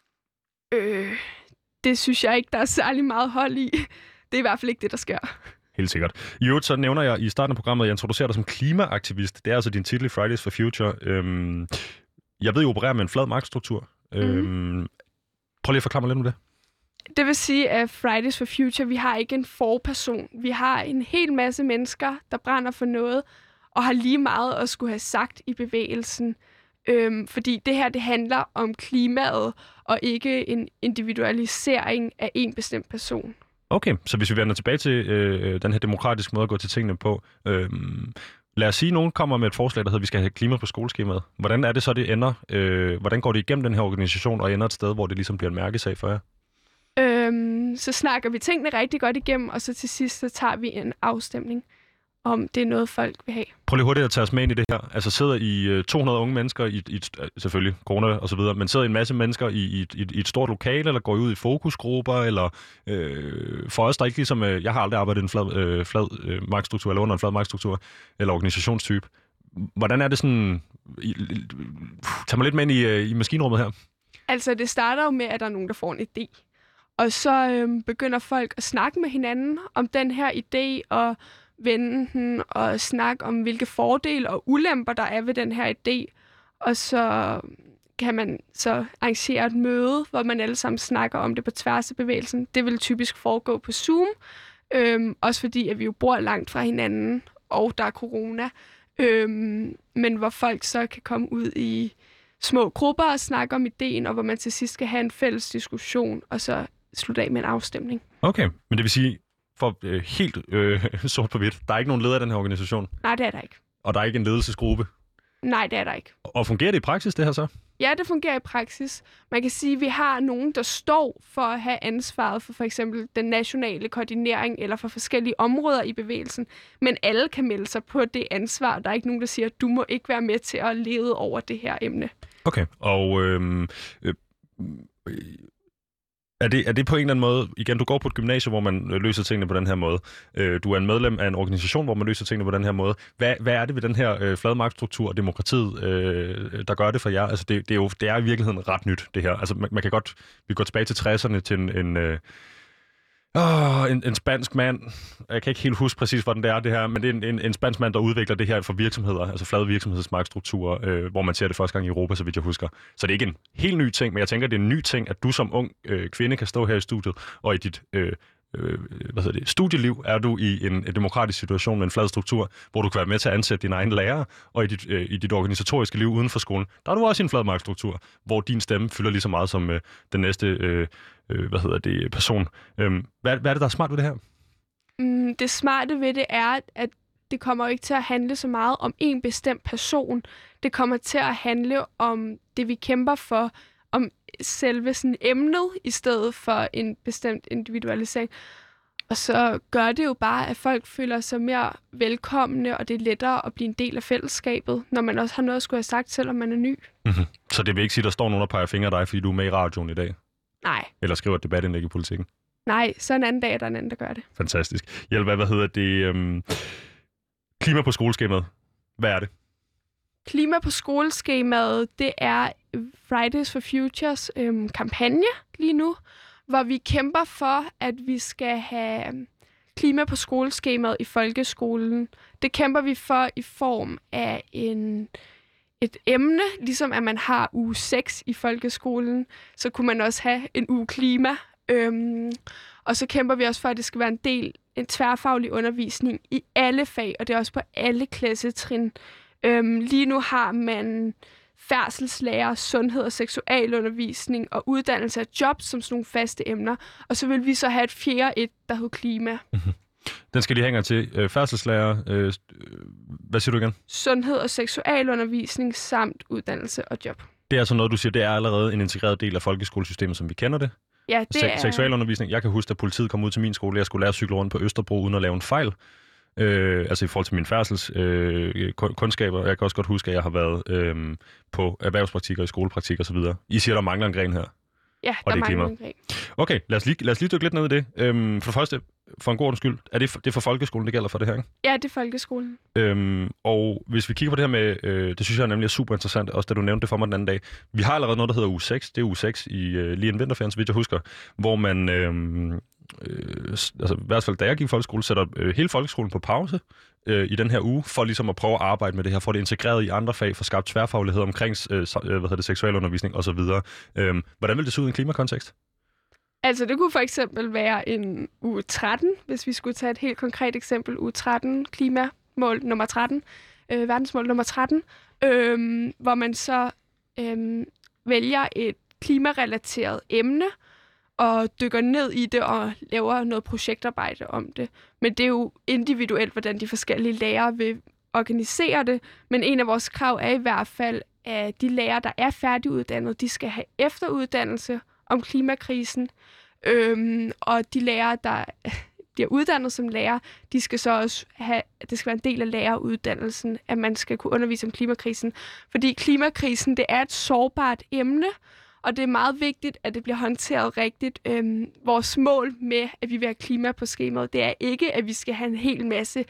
Øh, det synes jeg ikke, der er særlig meget hold i. Det er i hvert fald ikke det, der sker. Helt sikkert. I øvrigt, så nævner jeg i starten af programmet, at jeg introducerer dig som klimaaktivist. Det er altså din titel i Fridays for Future. Øhm, jeg ved, I opererer med en flad magtstruktur. Mm. Øhm, prøv lige at forklare mig lidt om det. Det vil sige, at Fridays for Future, vi har ikke en forperson. Vi har en hel masse mennesker, der brænder for noget, og har lige meget at skulle have sagt i bevægelsen. Øhm, fordi det her, det handler om klimaet, og ikke en individualisering af en bestemt person. Okay, så hvis vi vender tilbage til øh, den her demokratiske måde at gå til tingene på. Øh, lad os sige, at nogen kommer med et forslag, der hedder, at vi skal have klima på skoleskemaet. Hvordan er det så, det ender? Øh, hvordan går det igennem den her organisation og ender et sted, hvor det ligesom bliver en mærkesag for jer? Øhm, så snakker vi tingene rigtig godt igennem, og så til sidst så tager vi en afstemning, om det er noget, folk vil have. Prøv lige hurtigt at tage os med ind i det her. Altså sidder I to hundrede unge mennesker, i, i selvfølgelig corona og så videre, men sidder I en masse mennesker i, i, i, i et stort lokale, eller går I ud i fokusgrupper, eller øh, for os, der ikke ligesom, øh, jeg har aldrig arbejdet i en flad, øh, flad øh, magtstruktur, eller under en flad magtstruktur, eller organisationstype. Hvordan er det sådan, I, tag mig lidt med ind i, øh, i maskinrummet her. Altså det starter jo med, at der er nogen, der får en idé. Og så øhm, begynder folk at snakke med hinanden om den her idé, og vende den, og snakke om, hvilke fordele og ulemper, der er ved den her idé. Og så kan man så arrangere et møde, hvor man alle sammen snakker om det på tværs af bevægelsen. Det vil typisk foregå på Zoom, øhm, også fordi, at vi jo bor langt fra hinanden, og der er corona. Øhm, men hvor folk så kan komme ud i små grupper og snakke om ideen, og hvor man til sidst skal have en fælles diskussion, og så slutte af med en afstemning. Okay, men det vil sige, for øh, helt øh, sort på hvidt, der er ikke nogen leder af den her organisation? Nej, det er der ikke. Og der er ikke en ledelsesgruppe? Nej, det er der ikke. Og fungerer det i praksis, det her så? Ja, det fungerer i praksis. Man kan sige, at vi har nogen, der står for at have ansvaret for for eksempel den nationale koordinering, eller for forskellige områder i bevægelsen, men alle kan melde sig på det ansvar. Der er ikke nogen, der siger, at du må ikke være med til at lede over det her emne. Okay, og øh, øh, er, det, er det på en eller anden måde, igen, du går på et gymnasium, hvor man løser tingene på den her måde. Øh, du er en medlem af en organisation, hvor man løser tingene på den her måde. Hvad, hvad er det ved den her øh, flade magtstruktur og demokratiet, øh, der gør det for jer? Altså, det, det, er jo, det er i virkeligheden ret nyt, det her. Altså, man, man kan godt, vi går tilbage til tresserne til en... en øh, Oh, en, en spansk mand, jeg kan ikke helt huske præcis, hvordan det er det her, men det er en, en, en spansk mand, der udvikler det her for virksomheder, altså flade virksomhedsmarktstrukturer, øh, hvor man ser det første gang i Europa, så vidt jeg husker. Så det er ikke en helt ny ting, men jeg tænker, det er en ny ting, at du som ung øh, kvinde kan stå her i studiet, og i dit øh, øh, hvad hedder det, studieliv er du i en, en demokratisk situation med en flad struktur, hvor du kan være med til at ansætte dine egne lærere, og i dit, øh, i dit organisatoriske liv uden for skolen, der er du også i en flad magtstruktur, hvor din stemme fylder lige så meget som øh, den næste øh, øh, hvad hedder det, person. Øh, hvad, hvad er det, der er smart ved det her? Mm, det smarte ved det er, at det kommer ikke til at handle så meget om en bestemt person. Det kommer til at handle om det, vi kæmper for, om selve sådan emnet, i stedet for en bestemt individualisering. Og så gør det jo bare, at folk føler sig mere velkomne, og det er lettere at blive en del af fællesskabet, når man også har noget at skulle have sagt, selvom man er ny. Mm-hmm. Så det vil ikke sige, at der står nogen, der peger fingre af dig, fordi du er med i radioen i dag? Nej. Eller skriver et debatindlæg i Politikken? Nej, så en anden dag er der en anden, der gør det. Fantastisk. Hjælp, hvad hedder det? Øhm, klima på skoleskemaet. Hvad er det? Klima på skoleskemaet, det er Fridays for Futures øhm, kampagne lige nu, hvor vi kæmper for, at vi skal have klima på skoleskemaet i folkeskolen. Det kæmper vi for i form af en, et emne, ligesom at man har uge seks i folkeskolen, så kunne man også have en uge klima. Øhm, og så kæmper vi også for, at det skal være en del, en tværfaglig undervisning i alle fag, og det er også på alle klassetrin. Øhm, lige nu har man færdselslærer, sundhed og seksualundervisning og uddannelse af jobs som sådan nogle faste emner. Og så vil vi så have et fjerde et, der hedder klima. Mm-hmm. Den skal de hænge til. Øh, færdselslærer, øh, hvad siger du igen? Sundhed og seksualundervisning samt uddannelse og job. Det er altså noget, du siger, det er allerede en integreret del af folkeskolesystemet, som vi kender det? Ja, det Se- er... Seksualundervisning. Jeg kan huske, at politiet kom ud til min skole, jeg skulle lære at cykle rundt på Østerbro uden at lave en fejl. Øh, altså i forhold til mine færdsels øh, kundskaber. Jeg kan også godt huske, at jeg har været øh, på erhvervspraktikker, i skolepraktik og så videre. I siger, der mangler en gren her. Ja, der mangler en gren. Okay, lad os lige, lad os lige dykke lidt ned i det. Øhm, for det første, for en god ordens skyld, er det, for, det er for folkeskolen, det gælder for det her, ikke? Ja, det er folkeskolen. Øhm, og hvis vi kigger på det her med, øh, det synes jeg nemlig er super interessant, også da du nævnte det for mig den anden dag. Vi har allerede noget, der hedder uge seks. Det er uge seks i øh, lige en vinterferien, så vidt jeg husker, hvor man, øh, øh, altså i hvert fald da jeg gik i folkeskole, sætter øh, hele folkeskolen på pause øh, i den her uge, for ligesom at prøve at arbejde med det her, for det integreret i andre fag, for skabt tværfaglighed omkring øh, hvad hedder det, seksualundervisning osv. Øhm, hvordan vil det se ud i en klimakontekst? Altså, det kunne for eksempel være en uge tretten, hvis vi skulle tage et helt konkret eksempel. Uge tretten, klimamål nummer tretten, øh, verdensmål nummer tretten, øh, hvor man så øh, vælger et klimarelateret emne og dykker ned i det og laver noget projektarbejde om det. Men det er jo individuelt, hvordan de forskellige lærere vil organisere det. Men en af vores krav er i hvert fald, at de lærere, der er færdiguddannede, de skal have efteruddannelse om klimakrisen. Øhm, og de lærere, der bliver uddannet som lærer, de skal så også have, det skal være en del af læreruddannelsen, at man skal kunne undervise om klimakrisen. Fordi klimakrisen, det er et sårbart emne, og det er meget vigtigt, at det bliver håndteret rigtigt. Øhm, vores mål med, at vi vil have klima på skemaet, det er ikke, at vi skal have en hel masse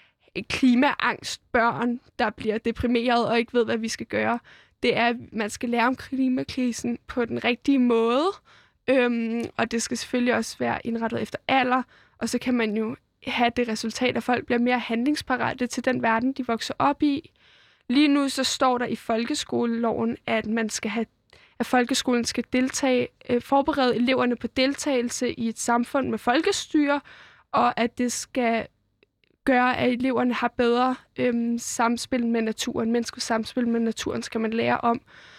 klimaangst børn, der bliver deprimeret og ikke ved, hvad vi skal gøre. Det er, at man skal lære om klimakrisen på den rigtige måde, øhm, og det skal selvfølgelig også være indrettet efter alder, og så kan man jo have det resultat, at folk bliver mere handlingsparate til den verden, de vokser op i. Lige nu så står der i folkeskoleloven, at man skal have, at folkeskolen skal deltage, øh, forberede eleverne på deltagelse i et samfund med folkestyre, og at det skal gøre, at eleverne har bedre øhm, samspil med naturen. Menneskets samspil med naturen skal man lære om.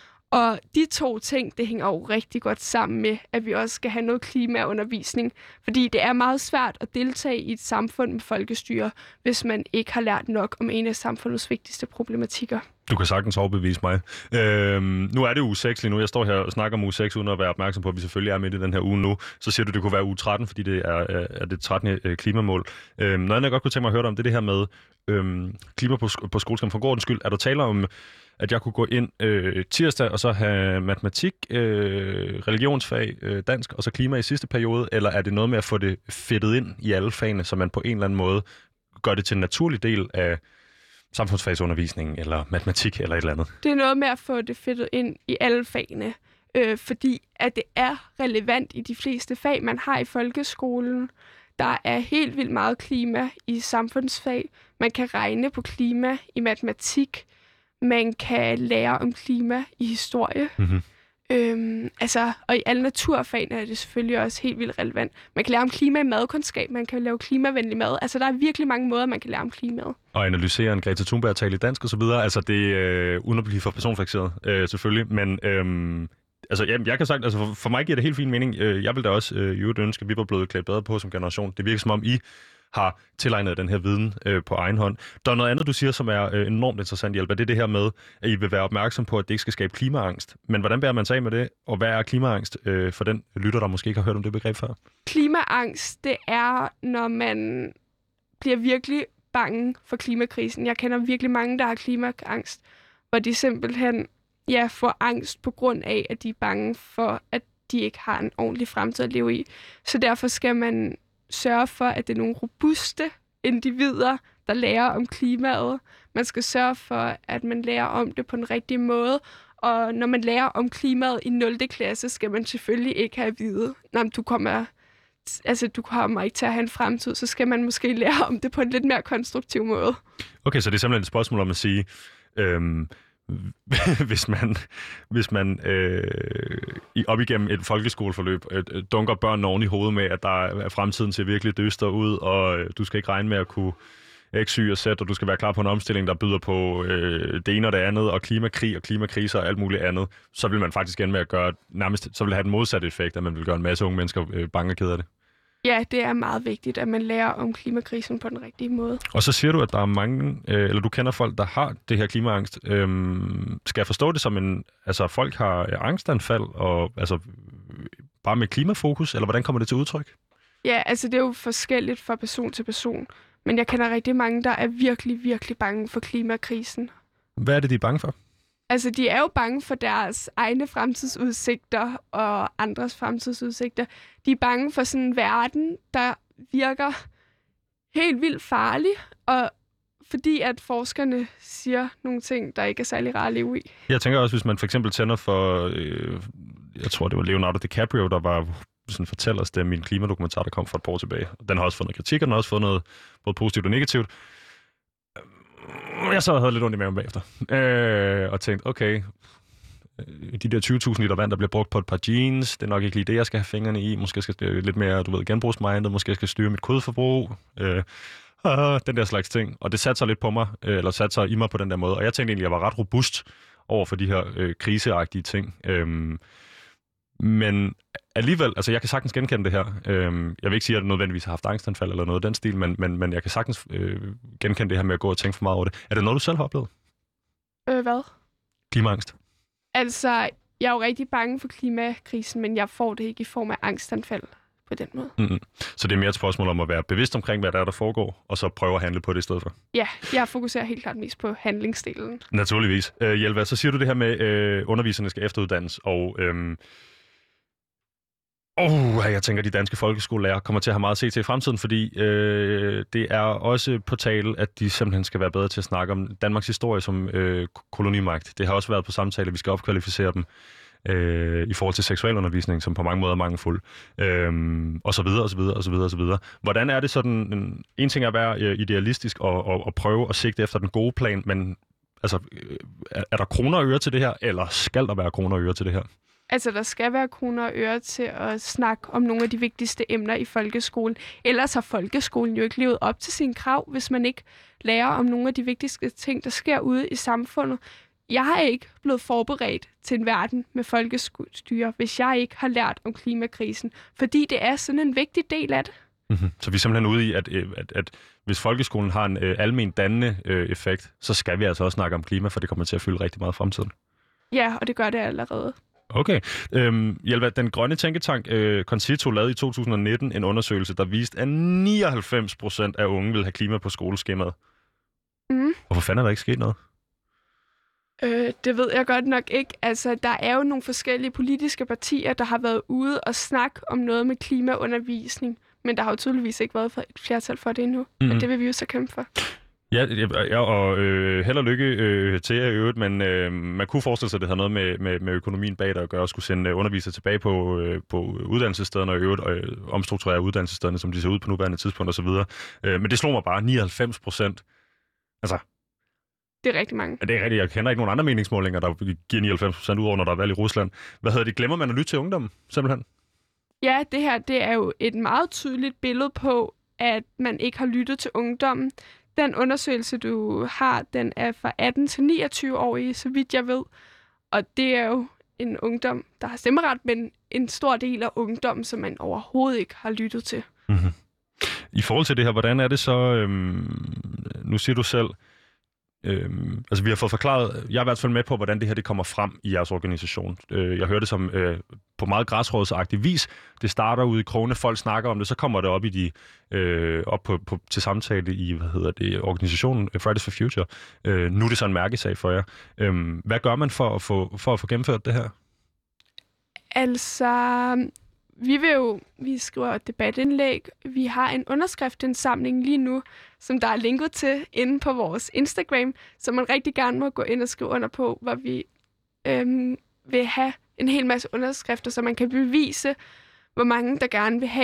Og de to ting, det hænger jo rigtig godt sammen med, at vi også skal have noget klimaundervisning. Fordi det er meget svært at deltage i et samfund med folkestyre, hvis man ikke har lært nok om en af samfundets vigtigste problematikker. Du kan sagtens overbevise mig. Øhm, nu er det uge seks lige nu. Jeg står her og snakker om uge seks, uden at være opmærksom på, at vi selvfølgelig er midt i den her uge nu. Så siger du, at det kunne være uge tretten, fordi det er, er det trettende klimamål. Øhm, noget andet, jeg godt kunne tænke mig at høre dig om, det er det her med øhm, klima på, på skoleskemaet. For god skyld, er der taler om, at jeg kunne gå ind øh, tirsdag og så have matematik, øh, religionsfag, øh, dansk og så klima i sidste periode? Eller er det noget med at få det fedtet ind i alle fagene, så man på en eller anden måde gør det til en naturlig del af samfundsfagsundervisning eller matematik eller et eller andet? Det er noget med at få det fedtet ind i alle fagene, øh, fordi at det er relevant i de fleste fag, man har i folkeskolen. Der er helt vildt meget klima i samfundsfag. Man kan regne på klima i matematik. Man kan lære om klima i historie. Mm-hmm. Øhm, altså, og i alle naturfagene er det selvfølgelig også helt vildt relevant. Man kan lære om klima i madkundskab, man kan lave klimavenlig mad. Altså, der er virkelig mange måder, man kan lære om klimaet. Og analysere en Greta Thunberg-tale i dansk og så videre. Altså, det er øh, uden at blive for personfikseret, øh, selvfølgelig. Men øh, altså, jamen, jeg kan sagt, altså, for, for mig giver det helt fin mening. Jeg vil da også øh, jo ønske, at vi var blevet klædt bedre på som generation. Det virker som om, I har tilegnet den her viden øh, på egen hånd. Der er noget andet, du siger, som er øh, enormt interessant, Hjælp. Det er det her med, at I vil være opmærksom på, at det ikke skal skabe klimaangst. Men hvordan bærer man sig af med det? Og hvad er klimaangst øh, for den lytter, der måske ikke har hørt om det begreb før? Klimaangst, det er, når man bliver virkelig bange for klimakrisen. Jeg kender virkelig mange, der har klimaangst, hvor de simpelthen ja, får angst på grund af, at de er bange for, at de ikke har en ordentlig fremtid at leve i. Så derfor skal man sørge for, at det er nogle robuste individer, der lærer om klimaet. Man skal sørge for, at man lærer om det på den rigtige måde. Og når man lærer om klimaet i nul klasse, skal man selvfølgelig ikke have at vide, at du kommer altså, du kommer ikke til at have en fremtid, så skal man måske lære om det på en lidt mere konstruktiv måde. Okay, så det er simpelthen et spørgsmål om at sige, øhm, hvis man, hvis man øh, op igennem et folkeskoleforløb øh, dunker børnene oven i hovedet med, at der er fremtiden til virkelig dyster ud, og øh, du skal ikke regne med at kunne X, Y og Z, og du skal være klar på en omstilling, der byder på øh, det ene og det andet, og klimakrig og klimakriser og alt muligt andet, så vil man faktisk ende med at gøre nærmest, så vil det have den modsatte effekt, at man vil gøre en masse unge mennesker øh, bange og ked af det. Ja, det er meget vigtigt, at man lærer om klimakrisen på den rigtige måde. Og så siger du, at der er mange, øh, eller du kender folk, der har det her klimaangst. Øhm, skal jeg forstå det som en, altså folk har angstanfald, og altså bare med klimafokus, eller hvordan kommer det til udtryk? Ja, altså det er jo forskelligt fra person til person, men jeg kender rigtig mange, der er virkelig, virkelig bange for klimakrisen. Hvad er det, de er bange for? Altså, de er jo bange for deres egne fremtidsudsigter og andres fremtidsudsigter. De er bange for sådan en verden, der virker helt vildt farlig, og fordi at forskerne siger nogle ting, der ikke er særlig rare at leve i. Jeg tænker også, hvis man for eksempel tænder for, øh, jeg tror det var Leonardo DiCaprio, der var sådan fortællerstemme i en klimadokumentar, der kom for et par år tilbage. Den har også fået noget kritik, og den har også fået noget både positivt og negativt. Jeg så havde lidt ondt i maven bagefter, øh, og tænkte, okay, de der tyve tusind liter vand, der bliver brugt på et par jeans, det er nok ikke lige det, jeg skal have fingrene i. Måske skal jeg lidt mere, du ved, genbrugsmindet, måske jeg skal styre mit kodforbrug, øh, øh, den der slags ting. Og det satte sig lidt på mig, øh, eller satte sig i mig på den der måde. Og jeg tænkte egentlig, at jeg var ret robust over for de her øh, kriseagtige ting. Øh, men alligevel, altså jeg kan sagtens genkende det her. Øh, jeg vil ikke sige, at jeg nødvendigvis har haft angstanfald eller noget af den stil, men, men, men jeg kan sagtens øh, genkende det her med at gå og tænke for meget over det. Er det noget, du selv har oplevet? Øh, hvad? Klimaangst. Altså, jeg er jo rigtig bange for klimakrisen, men jeg får det ikke i form af angstanfald på den måde. Mm-hmm. Så det er mere et spørgsmål om at være bevidst omkring, hvad der er, der foregår, og så prøve at handle på det i stedet for? Ja, jeg fokuserer helt klart mest på handlingsdelen. Naturligvis. Uh, Jelva, så siger du det her med, at uh, underviserne skal efteruddannes, og øhm, oh, jeg tænker, at de danske folkeskolelærer kommer til at have meget at se til i fremtiden, fordi øh, det er også på tale, at de simpelthen skal være bedre til at snakke om Danmarks historie som øh, kolonimagt. Det har også været på samtale, at vi skal opkvalificere dem øh, i forhold til seksualundervisning, som på mange måder er mangelfuld, øh, og så videre, og så videre, og så videre, og så videre. Hvordan er det sådan, en, en ting er at være øh, idealistisk og, og, og prøve at sigte efter den gode plan, men altså, øh, er, er der kroner og øre til det her, eller skal der være kroner og øre til det her? Altså, der skal være kroner og øre til at snakke om nogle af de vigtigste emner i folkeskolen. Ellers har folkeskolen jo ikke levet op til sine krav, hvis man ikke lærer om nogle af de vigtigste ting, der sker ude i samfundet. Jeg har ikke blevet forberedt til en verden med folkestyre, hvis jeg ikke har lært om klimakrisen, fordi det er sådan en vigtig del af det. Mm-hmm. Så vi er simpelthen ude i, at, at, at hvis folkeskolen har en øh, almen dannende øh, effekt, så skal vi altså også snakke om klima, for det kommer til at fylde rigtig meget i fremtiden. Ja, og det gør det allerede. Okay. Øhm, Jelva, den grønne tænketank øh, Concito lavede i to tusind nitten en undersøgelse, der viste, at nioghalvfems procent af unge vil have klima på skoleskemaet. Mm. Hvorfor fanden er der ikke sket noget? Øh, det ved jeg godt nok ikke. Altså, der er jo nogle forskellige politiske partier, der har været ude og snakke om noget med klimaundervisning, men der har jo tydeligvis ikke været et flertal for det endnu, mm. og det vil vi jo så kæmpe for. Ja, ja, og øh, held og lykke øh, til jer i øvrigt, men øh, man kunne forestille sig, at det havde noget med, med, med økonomien bag det at gøre, og skulle sende undervisere tilbage på, øh, på uddannelsesstederne og i øvrigt og, øh, omstrukturere uddannelsesstederne, som de ser ud på nuværende tidspunkt osv. Øh, men det slog mig bare, nioghalvfems procent. Altså, det er rigtig mange. Det er rigtigt. Jeg kender ikke nogen andre meningsmålinger, der giver nioghalvfems procent ud over, når der er valg i Rusland. Hvad hedder det? Glemmer man at lytte til ungdommen, simpelthen? Ja, det her det er jo et meget tydeligt billede på, at man ikke har lyttet til ungdommen. Den undersøgelse, du har, den er fra atten til niogtyve-årige, så vidt jeg ved. Og det er jo en ungdom, der har stemmeret, men en stor del af ungdommen, som man overhovedet ikke har lyttet til. Mm-hmm. I forhold til det her, hvordan er det så, øhm, nu siger du selv, øhm, altså vi har fået forklaret, jeg er i hvert fald med på, hvordan det her det kommer frem i jeres organisation. Øh, jeg hører det som øh, på meget græsrådsagtig vis. Det starter ude i krogene, folk snakker om det, så kommer det op i de øh, op på, på, til samtale i, hvad hedder det, organisationen Fridays for Future. Øh, nu er det så en mærkesag for jer. Øh, hvad gør man for at få for at få gennemført det her? Altså, vi vil jo, vi skriver et debatindlæg. Vi har en underskriftindsamling lige nu, som der er linket til inde på vores Instagram, så man rigtig gerne må gå ind og skrive under på, hvor vi øhm, vil have en hel masse underskrifter, så man kan bevise, hvor mange der gerne vil have det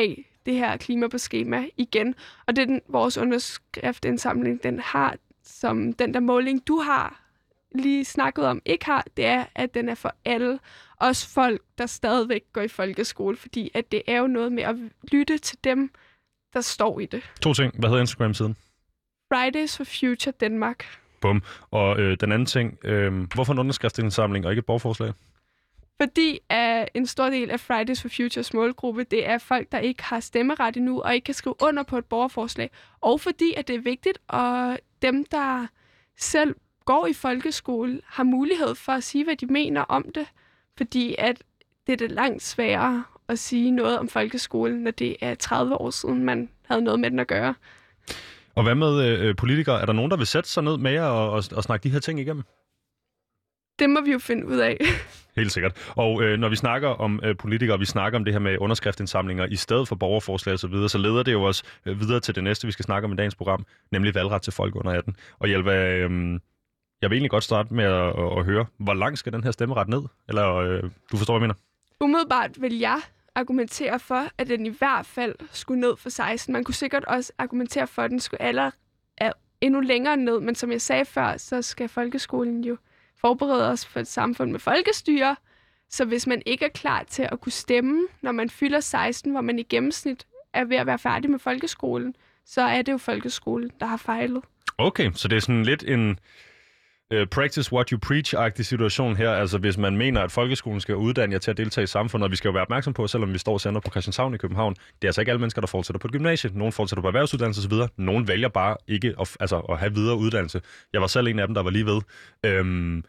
det her klima på skema igen. Og det, den, vores underskriftindsamling, den har, som den der måling, du har lige snakket om, ikke har, det er, at den er for alle. Også folk, der stadigvæk går i folkeskole, fordi at det er jo noget med at lytte til dem, der står i det. To ting. Hvad hedder Instagram-siden? Fridays for Future Danmark. Bum. Og øh, den anden ting, øh, hvorfor en underskriftsindsamling og ikke et borgerforslag? Fordi uh, en stor del af Fridays for Futures målgruppe, det er folk, der ikke har stemmeret endnu, og ikke kan skrive under på et borgerforslag. Og fordi at det er vigtigt, og dem, der selv går i folkeskole, har mulighed for at sige, hvad de mener om det. Fordi at det er det langt sværere at sige noget om folkeskolen, når det er tredive år siden, man havde noget med den at gøre. Og hvad med øh, politikere? Er der nogen, der vil sætte sig ned med jer og, og, og snakke de her ting igennem? Det må vi jo finde ud af. Helt sikkert. Og øh, når vi snakker om øh, politikere, vi snakker om det her med underskriftsindsamlinger i stedet for borgerforslag og så videre, så leder det jo også øh, videre til det næste, vi skal snakke om i dagens program, nemlig valgret til folk under atten. Og Hjelva, øh, jeg vil egentlig godt starte med at, at, at høre, hvor langt skal den her stemmeret ned? Eller øh, du forstår, hvad jeg mener? Umiddelbart vil jeg argumentere for, at den i hvert fald skulle ned for seksten. Man kunne sikkert også argumentere for, at den skulle aller er endnu længere ned, men som jeg sagde før, så skal folkeskolen jo forberede os for et samfund med folkestyre. Så hvis man ikke er klar til at kunne stemme, når man fylder seksten, hvor man i gennemsnit er ved at være færdig med folkeskolen, så er det jo folkeskolen, der har fejlet. Okay, så det er sådan lidt en uh, practice what you preach-agtig situation her. Altså hvis man mener, at folkeskolen skal uddanne jer til at deltage i samfundet, og vi skal jo være opmærksom på, selvom vi står og sender på Christianshavn i København, det er altså ikke alle mennesker, der fortsætter på et gymnasie. Nogle fortsætter på erhvervsuddannelse osv. Nogle vælger bare ikke at, altså, at have videre uddannelse. Jeg var selv en af dem, der var lige ved. Øhm,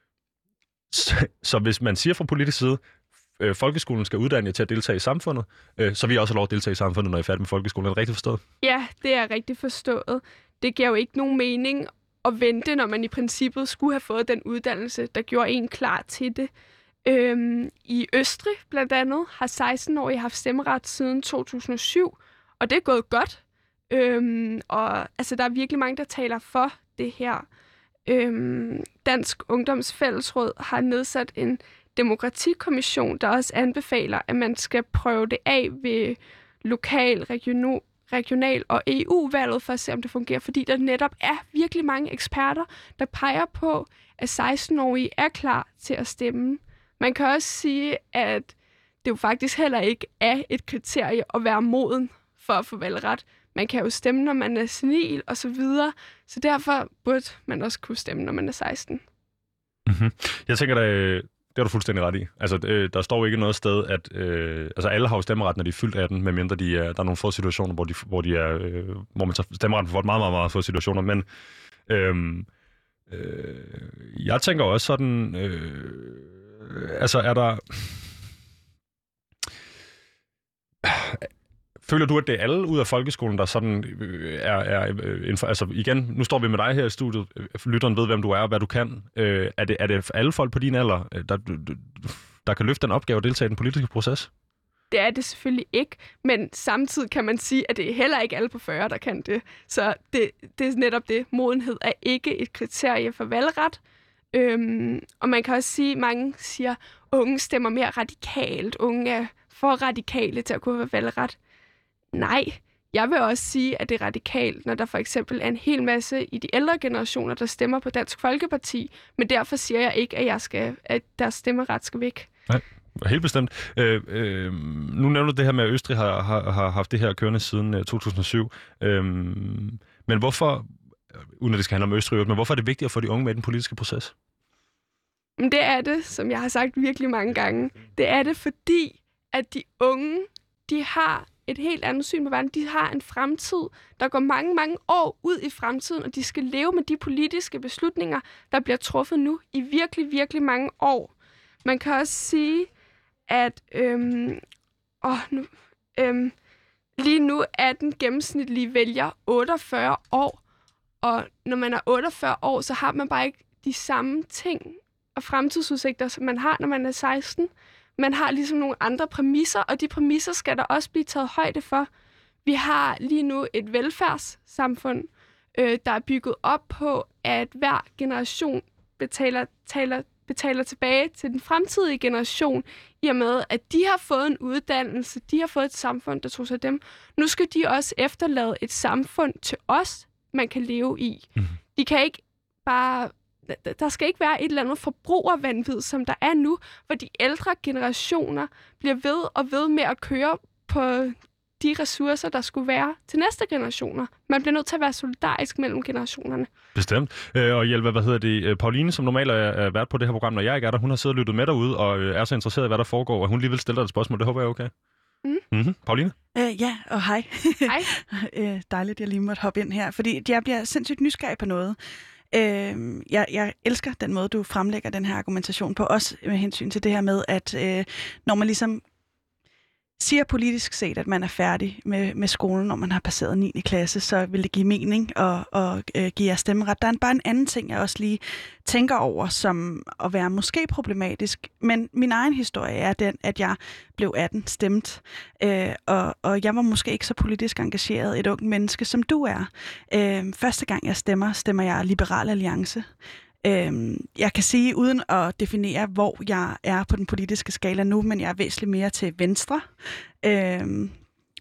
så, så hvis man siger fra politisk side, øh, folkeskolen skal uddanne jer til at deltage i samfundet, øh, så vil jeg også have lov at deltage i samfundet, når jeg er færdig med folkeskolen. Er det rigtigt forstået? Ja, det er rigtigt forstået. Det giver jo ikke nogen mening at vente, når man i princippet skulle have fået den uddannelse, der gjorde en klar til det. Øhm, I Østrig blandt andet har seksten-årige haft stemmeret siden to tusind og syv, og det er gået godt. Øhm, og altså, der er virkelig mange, der taler for det her. Øhm, Dansk Ungdomsfællesråd har nedsat en demokratikommission, der også anbefaler, at man skal prøve det af ved lokal, regional, regional og E U-valget for at se, om det fungerer, fordi der netop er virkelig mange eksperter, der peger på, at seksten-årige er klar til at stemme. Man kan også sige, at det jo faktisk heller ikke er et kriterie at være moden for at få valgret. Man kan jo stemme, når man er senil og så videre, så derfor burde man også kunne stemme, når man er seksten. Mm-hmm. Jeg tænker, det har du fuldstændig ret i. Altså, øh, der står jo ikke noget sted, at øh, altså, alle har jo stemmeret, når de er fyldt atten, medmindre de er, der er nogle få situationer, hvor, de, hvor, de er, øh, hvor man tager stemmeret for meget, meget, meget få situationer. Men øh, øh, jeg tænker også sådan, øh, altså er der... Føler du, at det er alle ud af folkeskolen, der sådan øh, er... er øh, altså igen, nu står vi med dig her i studiet. Lytteren ved, hvem du er og hvad du kan. Øh, er, det, er det alle folk på din alder, der, der kan løfte den opgave og deltage i den politiske proces? Det er det selvfølgelig ikke, men samtidig kan man sige, at det er heller ikke alle på fyrre, der kan det. Så det, det er netop det. Modenhed er ikke et kriterie for valgret. Øhm, og man kan også sige, at mange siger, at unge stemmer mere radikalt. Unge er for radikale til at kunne være valgret. Nej, jeg vil også sige, at det er radikalt, når der for eksempel er en hel masse i de ældre generationer, der stemmer på Dansk Folkeparti. Men derfor siger jeg ikke, at, jeg skal, at deres stemmeret skal væk. Nej, helt bestemt. Øh, øh, nu nævner du det her med, at Østrig har, har, har haft det her kørende siden øh, to tusind og syv. Øh, men hvorfor, uden at det skal handle om Østrig, men hvorfor er det vigtigt at få de unge med i den politiske proces? Det er det, som jeg har sagt virkelig mange gange. Det er det, fordi at de unge, de har et helt andet syn på verden. De har en fremtid, der går mange, mange år ud i fremtiden, og de skal leve med de politiske beslutninger, der bliver truffet nu i virkelig, virkelig mange år. Man kan også sige, at øhm, åh, nu, øhm, lige nu er den gennemsnitlige vælger otteogfyrre år, og når man er otteogfyrre år, så har man bare ikke de samme ting og fremtidsudsigter, som man har, når man er seksten. Man har ligesom nogle andre præmisser, og de præmisser skal der også blive taget højde for. Vi har lige nu et velfærdssamfund, øh, der er bygget op på, at hver generation betaler, taler, betaler tilbage til den fremtidige generation, i og med, at de har fået en uddannelse, de har fået et samfund, der tog sig af dem. Nu skal de også efterlade et samfund til os, man kan leve i. Mm. De kan ikke bare... Der skal ikke være et eller andet forbrugervanvid, som der er nu, hvor de ældre generationer bliver ved og ved med at køre på de ressourcer, der skulle være til næste generationer. Man bliver nødt til at være solidarisk mellem generationerne. Bestemt. Øh, og Hjelva, hvad hedder det? Pauline, som normalt er vært på det her program, når jeg ikke er der, hun har siddet og lyttet med derude, og er så interesseret i, hvad der foregår, og hun lige vil stille dig et spørgsmål. Det håber jeg er okay. Mm. Mm-hmm. Pauline? Øh, ja, og hej. Hej. øh, dejligt, jeg lige måtte hoppe ind her, fordi jeg bliver sindssygt nysgerrig på noget. Øh, jeg, jeg elsker den måde, du fremlægger den her argumentation på, også med hensyn til det her med, at øh, når man ligesom siger politisk set, at man er færdig med, med skolen, når man har passeret niende klasse, så vil det give mening at, at, at give jer stemmeret. Der er bare en anden ting, jeg også lige tænker over, som at være måske problematisk. Men min egen historie er den, at jeg blev atten, stemt, øh, og, og jeg var måske ikke så politisk engageret et ungt menneske, som du er. Øh, første gang jeg stemmer, stemmer jeg Liberal Alliance. Øhm, jeg kan sige, uden at definere, hvor jeg er på den politiske skala nu, men jeg er væsentligt mere til venstre. Øhm,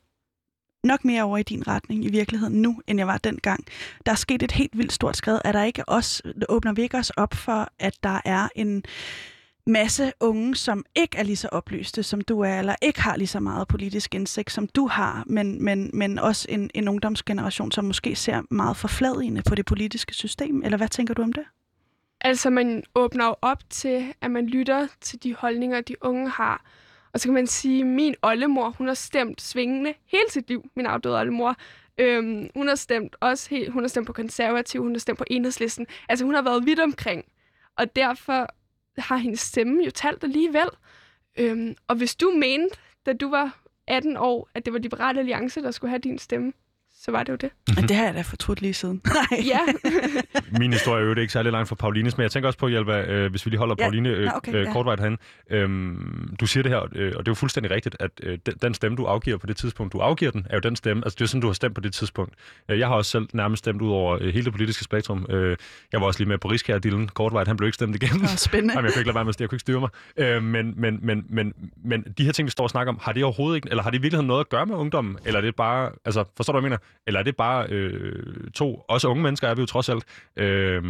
nok mere over i din retning i virkeligheden nu, end jeg var dengang. Der er sket et helt vildt stort skridt. Er der ikke også, åbner vi ikke også op for, at der er en masse unge, som ikke er lige så oplyste, som du er, eller ikke har lige så meget politisk indsigt, som du har, men, men, men også en, en ungdomsgeneration, som måske ser meget forfladigende på det politiske system? Eller hvad tænker du om det? Altså, man åbner jo op til, at man lytter til de holdninger, de unge har. Og så kan man sige, at min oldemor, hun har stemt svingende hele sit liv, min afdøde oldemor. Øhm, hun har stemt også helt, hun har stemt på konservativ, hun har stemt på Enhedslisten. Altså, hun har været vidt omkring. Og derfor har hendes stemme jo talt alligevel. Øhm, og hvis du mente, da du var atten år, at det var Liberal Alliance, der skulle have din stemme, så var det jo det. Mm-hmm. Det har jeg da fortrudt lige siden. Nej. Ja. Min historie er jo ikke særlig langt fra Paulines, men jeg tænker også på, Hjelva, øh, hvis vi lige holder ja. Pauline øh, Nå, okay, øh, kortvejt herhen. Øhm, du siger det her, øh, og det er jo fuldstændig rigtigt, at øh, den, den stemme, du afgiver på det tidspunkt, du afgiver den, er jo den stemme. Altså det er sådan, du har stemt på det tidspunkt. Jeg har også selv nærmest stemt ud over øh, hele det politiske spektrum. Øh, jeg var også lige med på Riskær-dillen. Kortvejt, han blev ikke stemt igennem. Det var spændende. Jamen, jeg kunne ikke lade være med at jeg kunne ikke styre mig. Øh, men, men, men, men, men de her ting, vi står og snakker om, har det overhovedet ikke, eller har det i virkeligheden noget at gøre med ungdommen? Eller er det bare, altså forstår du, hvad jeg mener? Eller er det bare Øh, to, også unge mennesker er vi jo trods alt, øh,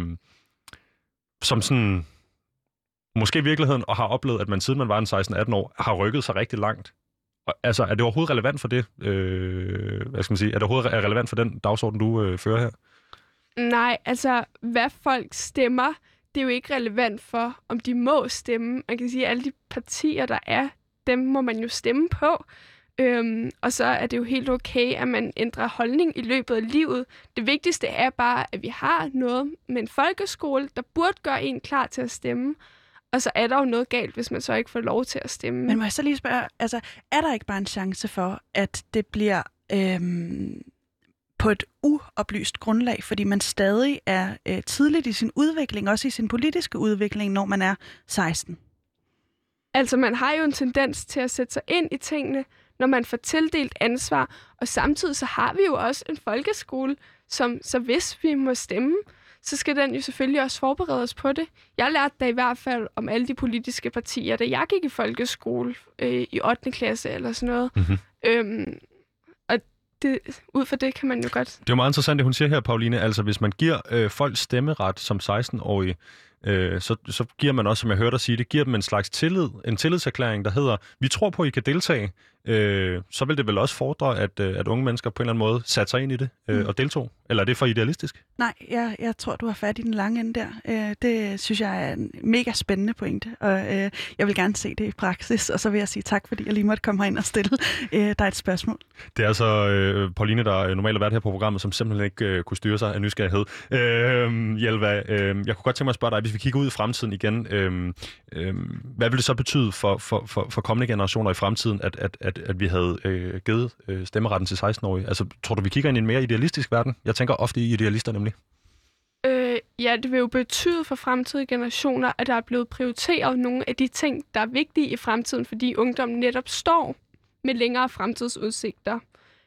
som sådan, måske i virkeligheden, og har oplevet, at man siden man var en seksten atten år, har rykket sig rigtig langt. Og, altså, er det overhovedet relevant for det? Øh, hvad skal man sige? Er det overhovedet relevant for den dagsorden, du øh, fører her? Nej, altså, hvad folk stemmer, det er jo ikke relevant for, om de må stemme. Man kan sige, at alle de partier, der er, dem må man jo stemme på. Øhm, og så er det jo helt okay, at man ændrer holdning i løbet af livet. Det vigtigste er bare, at vi har noget med en folkeskole, der burde gøre en klar til at stemme. Og så er der jo noget galt, hvis man så ikke får lov til at stemme. Men må jeg så lige spørge, altså, er der ikke bare en chance for, at det bliver øhm, på et uoplyst grundlag, fordi man stadig er øh, tidligt i sin udvikling, også i sin politiske udvikling, når man er seksten? Altså, man har jo en tendens til at sætte sig ind i tingene, når man får tildelt ansvar. Og samtidig så har vi jo også en folkeskole, som så hvis vi må stemme, så skal den jo selvfølgelig også forberede os på det. Jeg lærte da i hvert fald om alle de politiske partier, da jeg gik i folkeskole øh, i ottende klasse eller sådan noget. Mm-hmm. Øhm, og det, ud fra det kan man jo godt... Det er jo meget interessant, det hun siger her, Pauline. Altså, hvis man giver øh, folk stemmeret som seksten-årige, øh, så, så giver man også, som jeg hørte dig sige, det giver dem en slags tillid, en tillidserklæring, der hedder, vi tror på, at I kan deltage. Øh, så vil det vel også fordre, at, at unge mennesker på en eller anden måde satte sig ind i det øh, mm. og deltog? Eller er det for idealistisk? Nej, jeg, jeg tror, du har fat i den lange ende der. Øh, det synes jeg er en mega spændende pointe, og øh, jeg vil gerne se det i praksis, og så vil jeg sige tak, fordi jeg lige måtte komme herind og stille øh, dig et spørgsmål. Det er altså øh, Pauline, der normalt har været her på programmet, som simpelthen ikke øh, kunne styre sig af nysgerrighed. Øh, Hjelva, øh, jeg kunne godt tænke mig at spørge dig, hvis vi kigger ud i fremtiden igen, øh, øh, hvad vil det så betyde for, for, for, for kommende generationer i fremtiden, at, at, at, at vi havde øh, givet øh, stemmeretten til seksten-årige? Altså, tror du, vi kigger ind i en mere idealistisk verden? Jeg tænker ofte i idealister nemlig. Øh, ja, det vil jo betyde for fremtidige generationer, at der er blevet prioriteret nogle af de ting, der er vigtige i fremtiden, fordi ungdommen netop står med længere fremtidsudsigter.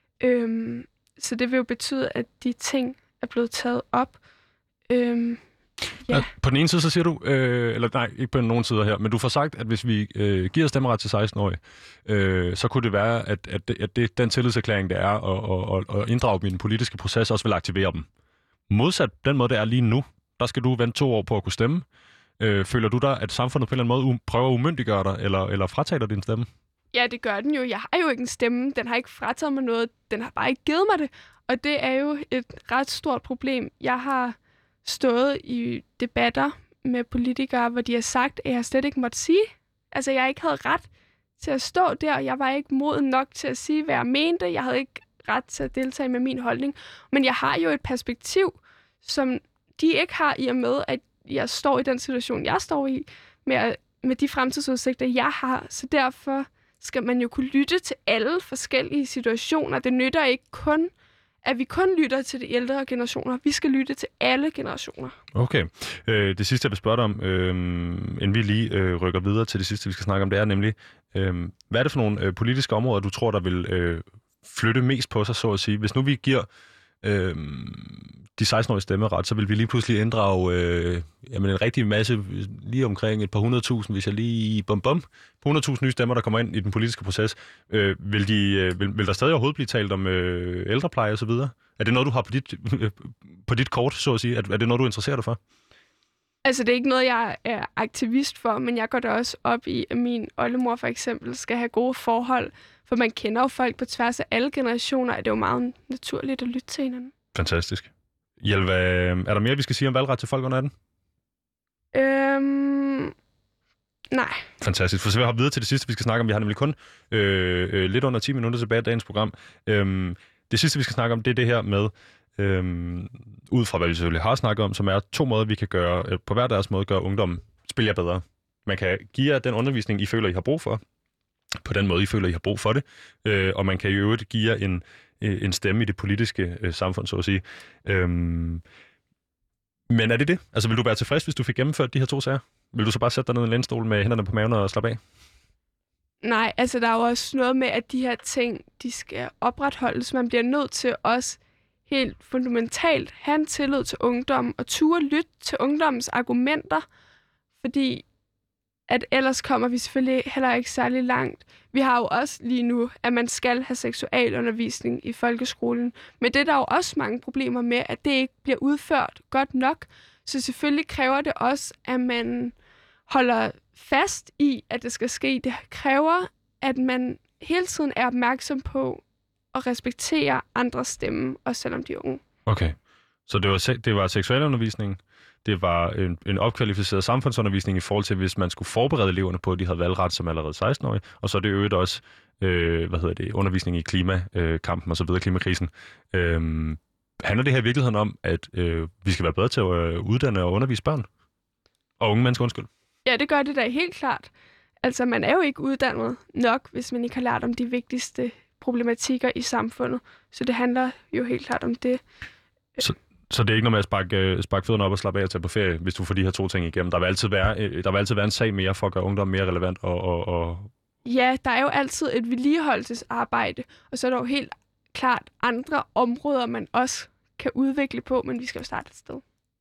Øh, så det vil jo betyde, at de ting er blevet taget op. Øh, Ja. På den ene side, så siger du, øh, eller nej, ikke på nogen sider her, men du får sagt, at hvis vi øh, giver stemmeret til seksten-årige, øh, så kunne det være, at, at, det, at det, den tillidserklæring, det er at, at, at inddrage dem i den politiske proces, også vil aktivere dem. Modsat den måde, det er lige nu, der skal du vente to år på at kunne stemme. Øh, føler du dig, at samfundet på en eller anden måde prøver at umyndiggøre dig, eller, eller fratager dig din stemme? Ja, det gør den jo. Jeg har jo ikke en stemme. Den har ikke frataget mig noget. Den har bare ikke givet mig det. Og det er jo et ret stort problem. Jeg har stået i debatter med politikere, hvor de har sagt, at jeg slet ikke måtte sige. Altså, jeg ikke havde ret til at stå der, og jeg var ikke moden nok til at sige, hvad jeg mente. Jeg havde ikke ret til at deltage med min holdning. Men jeg har jo et perspektiv, som de ikke har, i og med, at jeg står i den situation, jeg står i, med, med de fremtidsudsigter, jeg har. Så derfor skal man jo kunne lytte til alle forskellige situationer. Det nytter ikke kun, at vi kun lytter til de ældre generationer. Vi skal lytte til alle generationer. Okay. Øh, det sidste, jeg vil spørge dig om, øh, inden vi lige øh, rykker videre til det sidste, vi skal snakke om, det er nemlig, øh, hvad er det for nogle øh, politiske områder, du tror, der vil øh, flytte mest på sig, så at sige? Hvis nu vi giver øh, de seksten-årige stemmeret, så vil vi lige pludselig inddrage øh, jamen en rigtig masse, lige omkring et par hundredtusind, hvis jeg lige bum bum, på hundrede tusind nye stemmer, der kommer ind i den politiske proces. Øh, vil, de, øh, vil, vil der stadig overhovedet blive talt om øh, ældrepleje og så videre? Er det noget, du har på dit, øh, på dit kort, så at sige? Er, er det noget, du interesserer dig for? Altså, det er ikke noget, jeg er aktivist for, men jeg går da også op i, at min oldemor for eksempel skal have gode forhold, for man kender jo folk på tværs af alle generationer, og det er jo meget naturligt at lytte til hinanden. Fantastisk. Hjelva, er der mere, vi skal sige om valgret til folk under atten? Øhm... Nej. Fantastisk. For så vil jeg hoppe videre til det sidste, vi skal snakke om. Vi har nemlig kun øh, øh, lidt under ti minutter tilbage af dagens program. Øhm, det sidste, vi skal snakke om, det er det her med, øhm, ud fra hvad vi selvfølgelig har snakket om, som er to måder, vi kan gøre, øh, på hver deres måde gøre ungdommen spille jer bedre. Man kan give jer den undervisning, I føler, I har brug for, på den måde, I føler, I har brug for det. Øh, og man kan i øvrigt give jer en, en stemme i det politiske øh, samfund, så at sige. Øhm, men er det det? Altså, vil du være tilfreds, hvis du fik gennemført de her to sager? Vil du så bare sætte dig ned i en lænestol med hænderne på maven og slappe af? Nej, altså der er jo også noget med, at de her ting, de skal opretholdes. Man bliver nødt til også helt fundamentalt have en tillid til ungdommen og turde lytte til ungdommens argumenter, fordi at ellers kommer vi selvfølgelig heller ikke særlig langt. Vi har jo også lige nu, at man skal have seksualundervisning i folkeskolen, men det er der jo også mange problemer med, at det ikke bliver udført godt nok. Så selvfølgelig kræver det også, at man holder fast i, at det skal ske. Det kræver, at man hele tiden er opmærksom på at respektere andres stemme, også selvom de er unge. Okay, så det var, det var seksualundervisning, det var en, en opkvalificeret samfundsundervisning i forhold til, hvis man skulle forberede eleverne på, at de havde valgret som allerede seksten-årige, og så er det øvrigt også øh, hvad hedder det, undervisning i klimakampen og så videre, klimakrisen. Øh, handler det her i virkeligheden om, at øh, vi skal være bedre til at øh, uddanne og undervise børn? Og unge mennesker, undskyld. Ja, det gør det da helt klart. Altså, man er jo ikke uddannet nok, hvis man ikke har lært om de vigtigste problematikker i samfundet. Så det handler jo helt klart om det. Så, så det er ikke noget med at sparke, sparke fødderne op og slappe af og tage på ferie, hvis du får de her to ting igennem? Der vil altid være, der vil altid være en sag mere for at gøre ungdom mere relevant? Og, og, og... Ja, der er jo altid et vedligeholdelsesarbejde, og så er der jo helt klart andre områder, man også kan udvikle på, men vi skal jo starte et sted.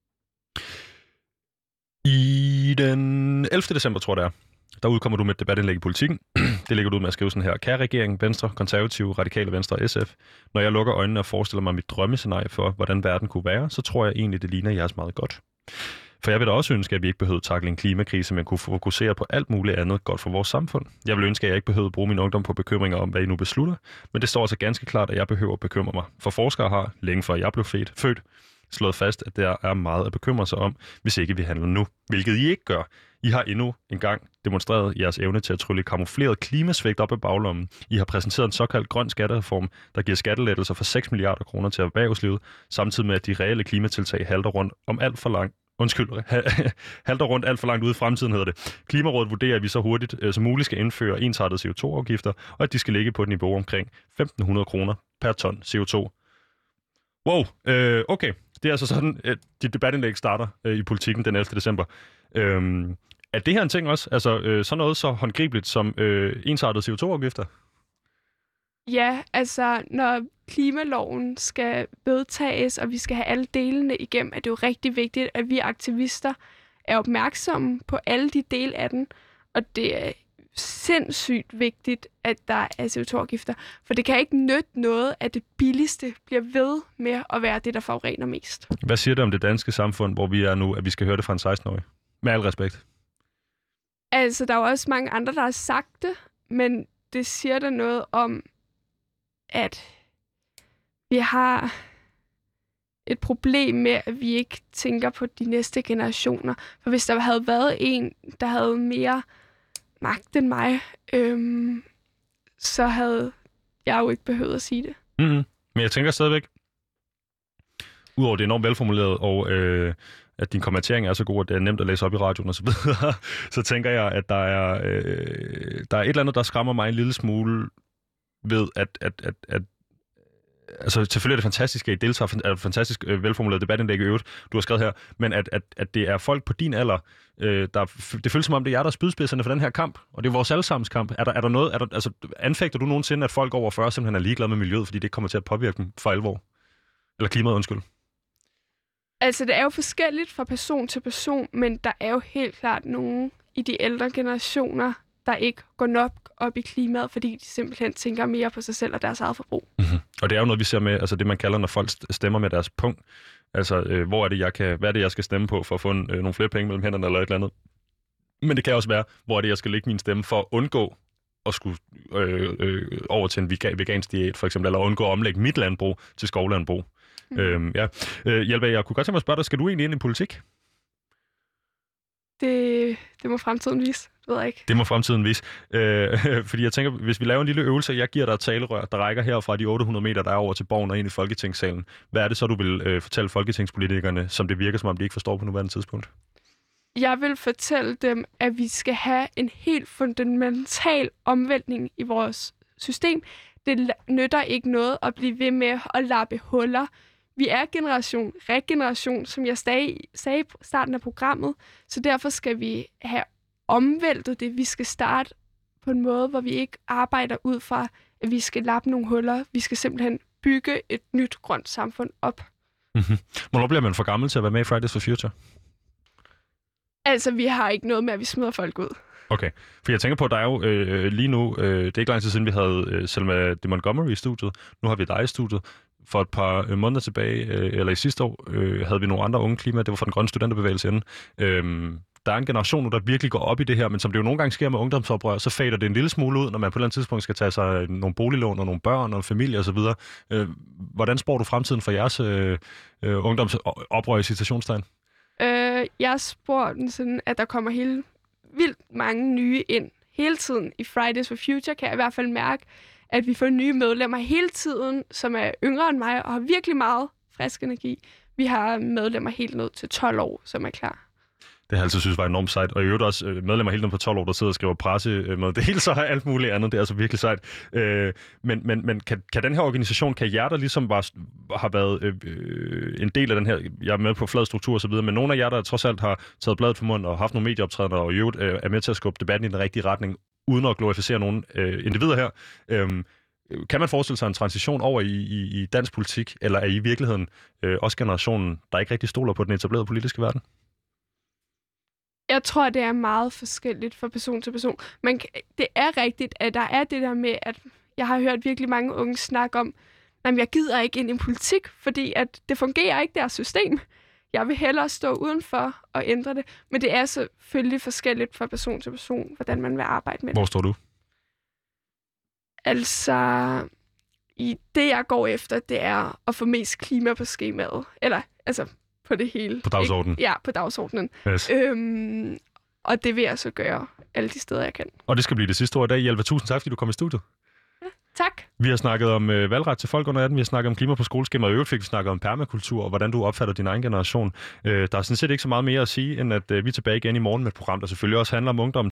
I den ellevte december, tror jeg det er, der udkommer du med et debatindlæg i Politikken. Det lægger du ud med at skrive sådan her. Kære regering, Venstre, Konservative, Radikale Venstre og S F. Når jeg lukker øjnene og forestiller mig mit drømmescenarie for, hvordan verden kunne være, så tror jeg egentlig, det ligner jeres meget godt. For jeg vil da også ønske, at vi ikke behøvede at takle en klimakrise, men kunne fokusere på alt muligt andet godt for vores samfund. Jeg vil ønske, at jeg ikke behøvede at bruge min ungdom på bekymringer om, hvad I nu beslutter, men det står altså ganske klart, at jeg behøver at bekymre mig. For forskere har, længe før jeg blev født, født slået fast, at der er meget at bekymre sig om, hvis ikke vi handler nu. Hvilket I ikke gør. I har endnu en gang demonstreret jeres evne til at trylle kamufleret klimasvigt op af baglommen. I har præsenteret en såkaldt grøn skattereform, der giver skattelettelser for seks milliarder kroner til erhvervslivet, samtidig med, at de reelle klimatiltag halter rundt om alt for langt. Undskyld, halter rundt alt for langt ude i fremtiden, hedder det. Klimarådet vurderer, at vi så hurtigt øh, som muligt skal indføre ensartede C O to afgifter, og at de skal ligge på et niveau omkring femten hundrede kroner per ton C O to. Wow, øh, okay. Det er altså sådan, at dit debatindlæg starter øh, i Politikken den ellevte december. Øhm, er det her en ting også? Altså øh, sådan noget så håndgribeligt som øh, ensartede C O to afgifter? Ja, altså når klimaloven skal vedtages, og vi skal have alle delene igennem, at det er jo rigtig vigtigt, at vi aktivister er opmærksomme på alle de dele af den, og det er sindssygt vigtigt, at der er C O to afgifter, for det kan ikke nytte noget, at det billigste bliver ved med at være det, der forurener mest. Hvad siger det om det danske samfund, hvor vi er nu, at vi skal høre det fra en seksten-årig? Med al respekt. Altså, der er jo også mange andre, der har sagt det, men det siger der noget om, at vi har et problem med, at vi ikke tænker på de næste generationer. For hvis der havde været en, der havde mere magt end mig, øhm, så havde jeg jo ikke behøvet at sige det. Mm-hmm. Men jeg tænker stadigvæk, udover det er enormt velformuleret, og øh, at din kommentering er så god, at det er nemt at læse op i radioen og så videre, så tænker jeg, at der er, øh, der er et eller andet, der skræmmer mig en lille smule ved, at, at, at, at altså selvfølgelig er det fantastisk, at I deltager, er fantastisk øh, velformuleret debatindlæg i øvrigt, du har skrevet her, men at, at, at det er folk på din alder, øh, der, det føles som om, det er jer, der er spydspidserne for den her kamp, og det er vores allesammens kamp. Er der, er der noget, er der, altså, anfægter du nogensinde, at folk over fyrre simpelthen er ligeglade med miljøet, fordi det kommer til at påvirke dem for alvor? Eller klimaet, undskyld. Altså, det er jo forskelligt fra person til person, men der er jo helt klart nogen i de ældre generationer, der ikke går nok op i klimaet, fordi de simpelthen tænker mere på sig selv og deres eget forbrug. Mm-hmm. Og det er jo noget, vi ser med, altså det man kalder, når folk stemmer med deres punkt. Altså, øh, hvor er det, jeg kan, hvad er det, jeg skal stemme på for at få en, øh, nogle flere penge mellem hænderne eller et eller andet. Men det kan også være, hvor er det, jeg skal lægge min stemme for at undgå at skulle øh, øh, over til en vegan, vegansk diæt, for eksempel, eller undgå at omlægge mit landbrug til skovlandbrug. Mm. Øhm, ja. øh, Hjalmar, jeg kunne godt tænke mig at spørge dig, skal du egentlig ind i politik? Det, det må fremtiden vise, ved jeg ikke. Det må fremtiden vise. Øh, fordi jeg tænker, hvis vi laver en lille øvelse, jeg giver dig et talerør, der rækker her fra de otte hundrede meter, der er over til Borgen og ind i Folketingssalen. Hvad er det så, du vil øh, fortælle folketingspolitikerne, som det virker, som om de ikke forstår på nuværende tidspunkt? Jeg vil fortælle dem, at vi skal have en helt fundamental omvæltning i vores system. Det nytter ikke noget at blive ved med at lappe huller. Vi er generation, regeneration, som jeg sagde, sagde i starten af programmet, så derfor skal vi have omvæltet det. Vi skal starte på en måde, hvor vi ikke arbejder ud fra, at vi skal lappe nogle huller. Vi skal simpelthen bygge et nyt grønt samfund op. Mm-hmm. Hvornår bliver man for gammel til at være med i Fridays for Future? Altså, vi har ikke noget med, at vi smider folk ud. Okay, for jeg tænker på, at der er jo øh, lige nu, øh, det er ikke lang tid siden, vi havde øh, Selma de Montgomery i studiet. Nu har vi dig i studiet. For et par øh, måneder tilbage, øh, eller i sidste år, øh, havde vi nogle andre unge klima. Det var fra den grønne studenterbevægelse inden. Øh, der er en generation nu, der virkelig går op i det her, men som det jo nogle gange sker med ungdomsoprør, så fader det en lille smule ud, når man på et eller andet tidspunkt skal tage sig nogle boliglån og nogle børn og familie osv. Øh, hvordan spår du fremtiden for jeres øh, øh, ungdomsoprør i citationstegn? Øh, jeg spår den sådan, at der kommer helt vildt mange nye ind hele tiden. I Fridays for Future kan jeg i hvert fald mærke, at vi får nye medlemmer hele tiden, som er yngre end mig og har virkelig meget frisk energi. Vi har medlemmer helt ned til tolv år, som er klar. Det har jeg altid synes var enormt sejt. Og i øvrigt også medlemmer helt ned på tolv år, der sidder og skriver pressemeddelelser og alt muligt andet. Det er altså virkelig sejt. Øh, men men, men kan, kan den her organisation, kan jer, der ligesom var, har været øh, en del af den her, jeg er med på flad struktur og så videre, men nogle af jer, der trods alt har taget bladet for munden og haft nogle medieoptrædener og i øvrigt øh, er med til at skubbe debatten i den rigtige retning, uden at glorificere nogle øh, individer her, øh, kan man forestille sig en transition over i, i, i dansk politik, eller er I i virkeligheden øh, også generationen, der ikke rigtig stoler på den etablerede politiske verden? Jeg tror, det er meget forskelligt fra person til person. Men det er rigtigt, at der er det der med, at jeg har hørt virkelig mange unge snakke om, at jeg gider ikke ind i politik, fordi at det fungerer ikke, deres system. Jeg vil hellere stå udenfor og ændre det. Men det er selvfølgelig forskelligt fra person til person, hvordan man vil arbejde med det. Hvor står du? Altså, i det jeg går efter, det er at få mest klima på skemaet. Eller, altså, på det hele. På dagsordenen? Ja, på dagsordenen. Yes. Øhm, og det vil jeg så gøre alle de steder, jeg kan. Og det skal blive det sidste ord i dag. Hjalmar, tusind tak, fordi du kom i studiet. Ja, tak. Vi har snakket om øh, valgret til folk under atten, vi har snakket om klima på skoleskemaet, og i øvrigt fik vi snakket om permakultur, og hvordan du opfatter din egen generation. Øh, der er sådan set ikke så meget mere at sige, end at øh, vi er tilbage igen i morgen med et program, der selvfølgelig også handler om ungdom.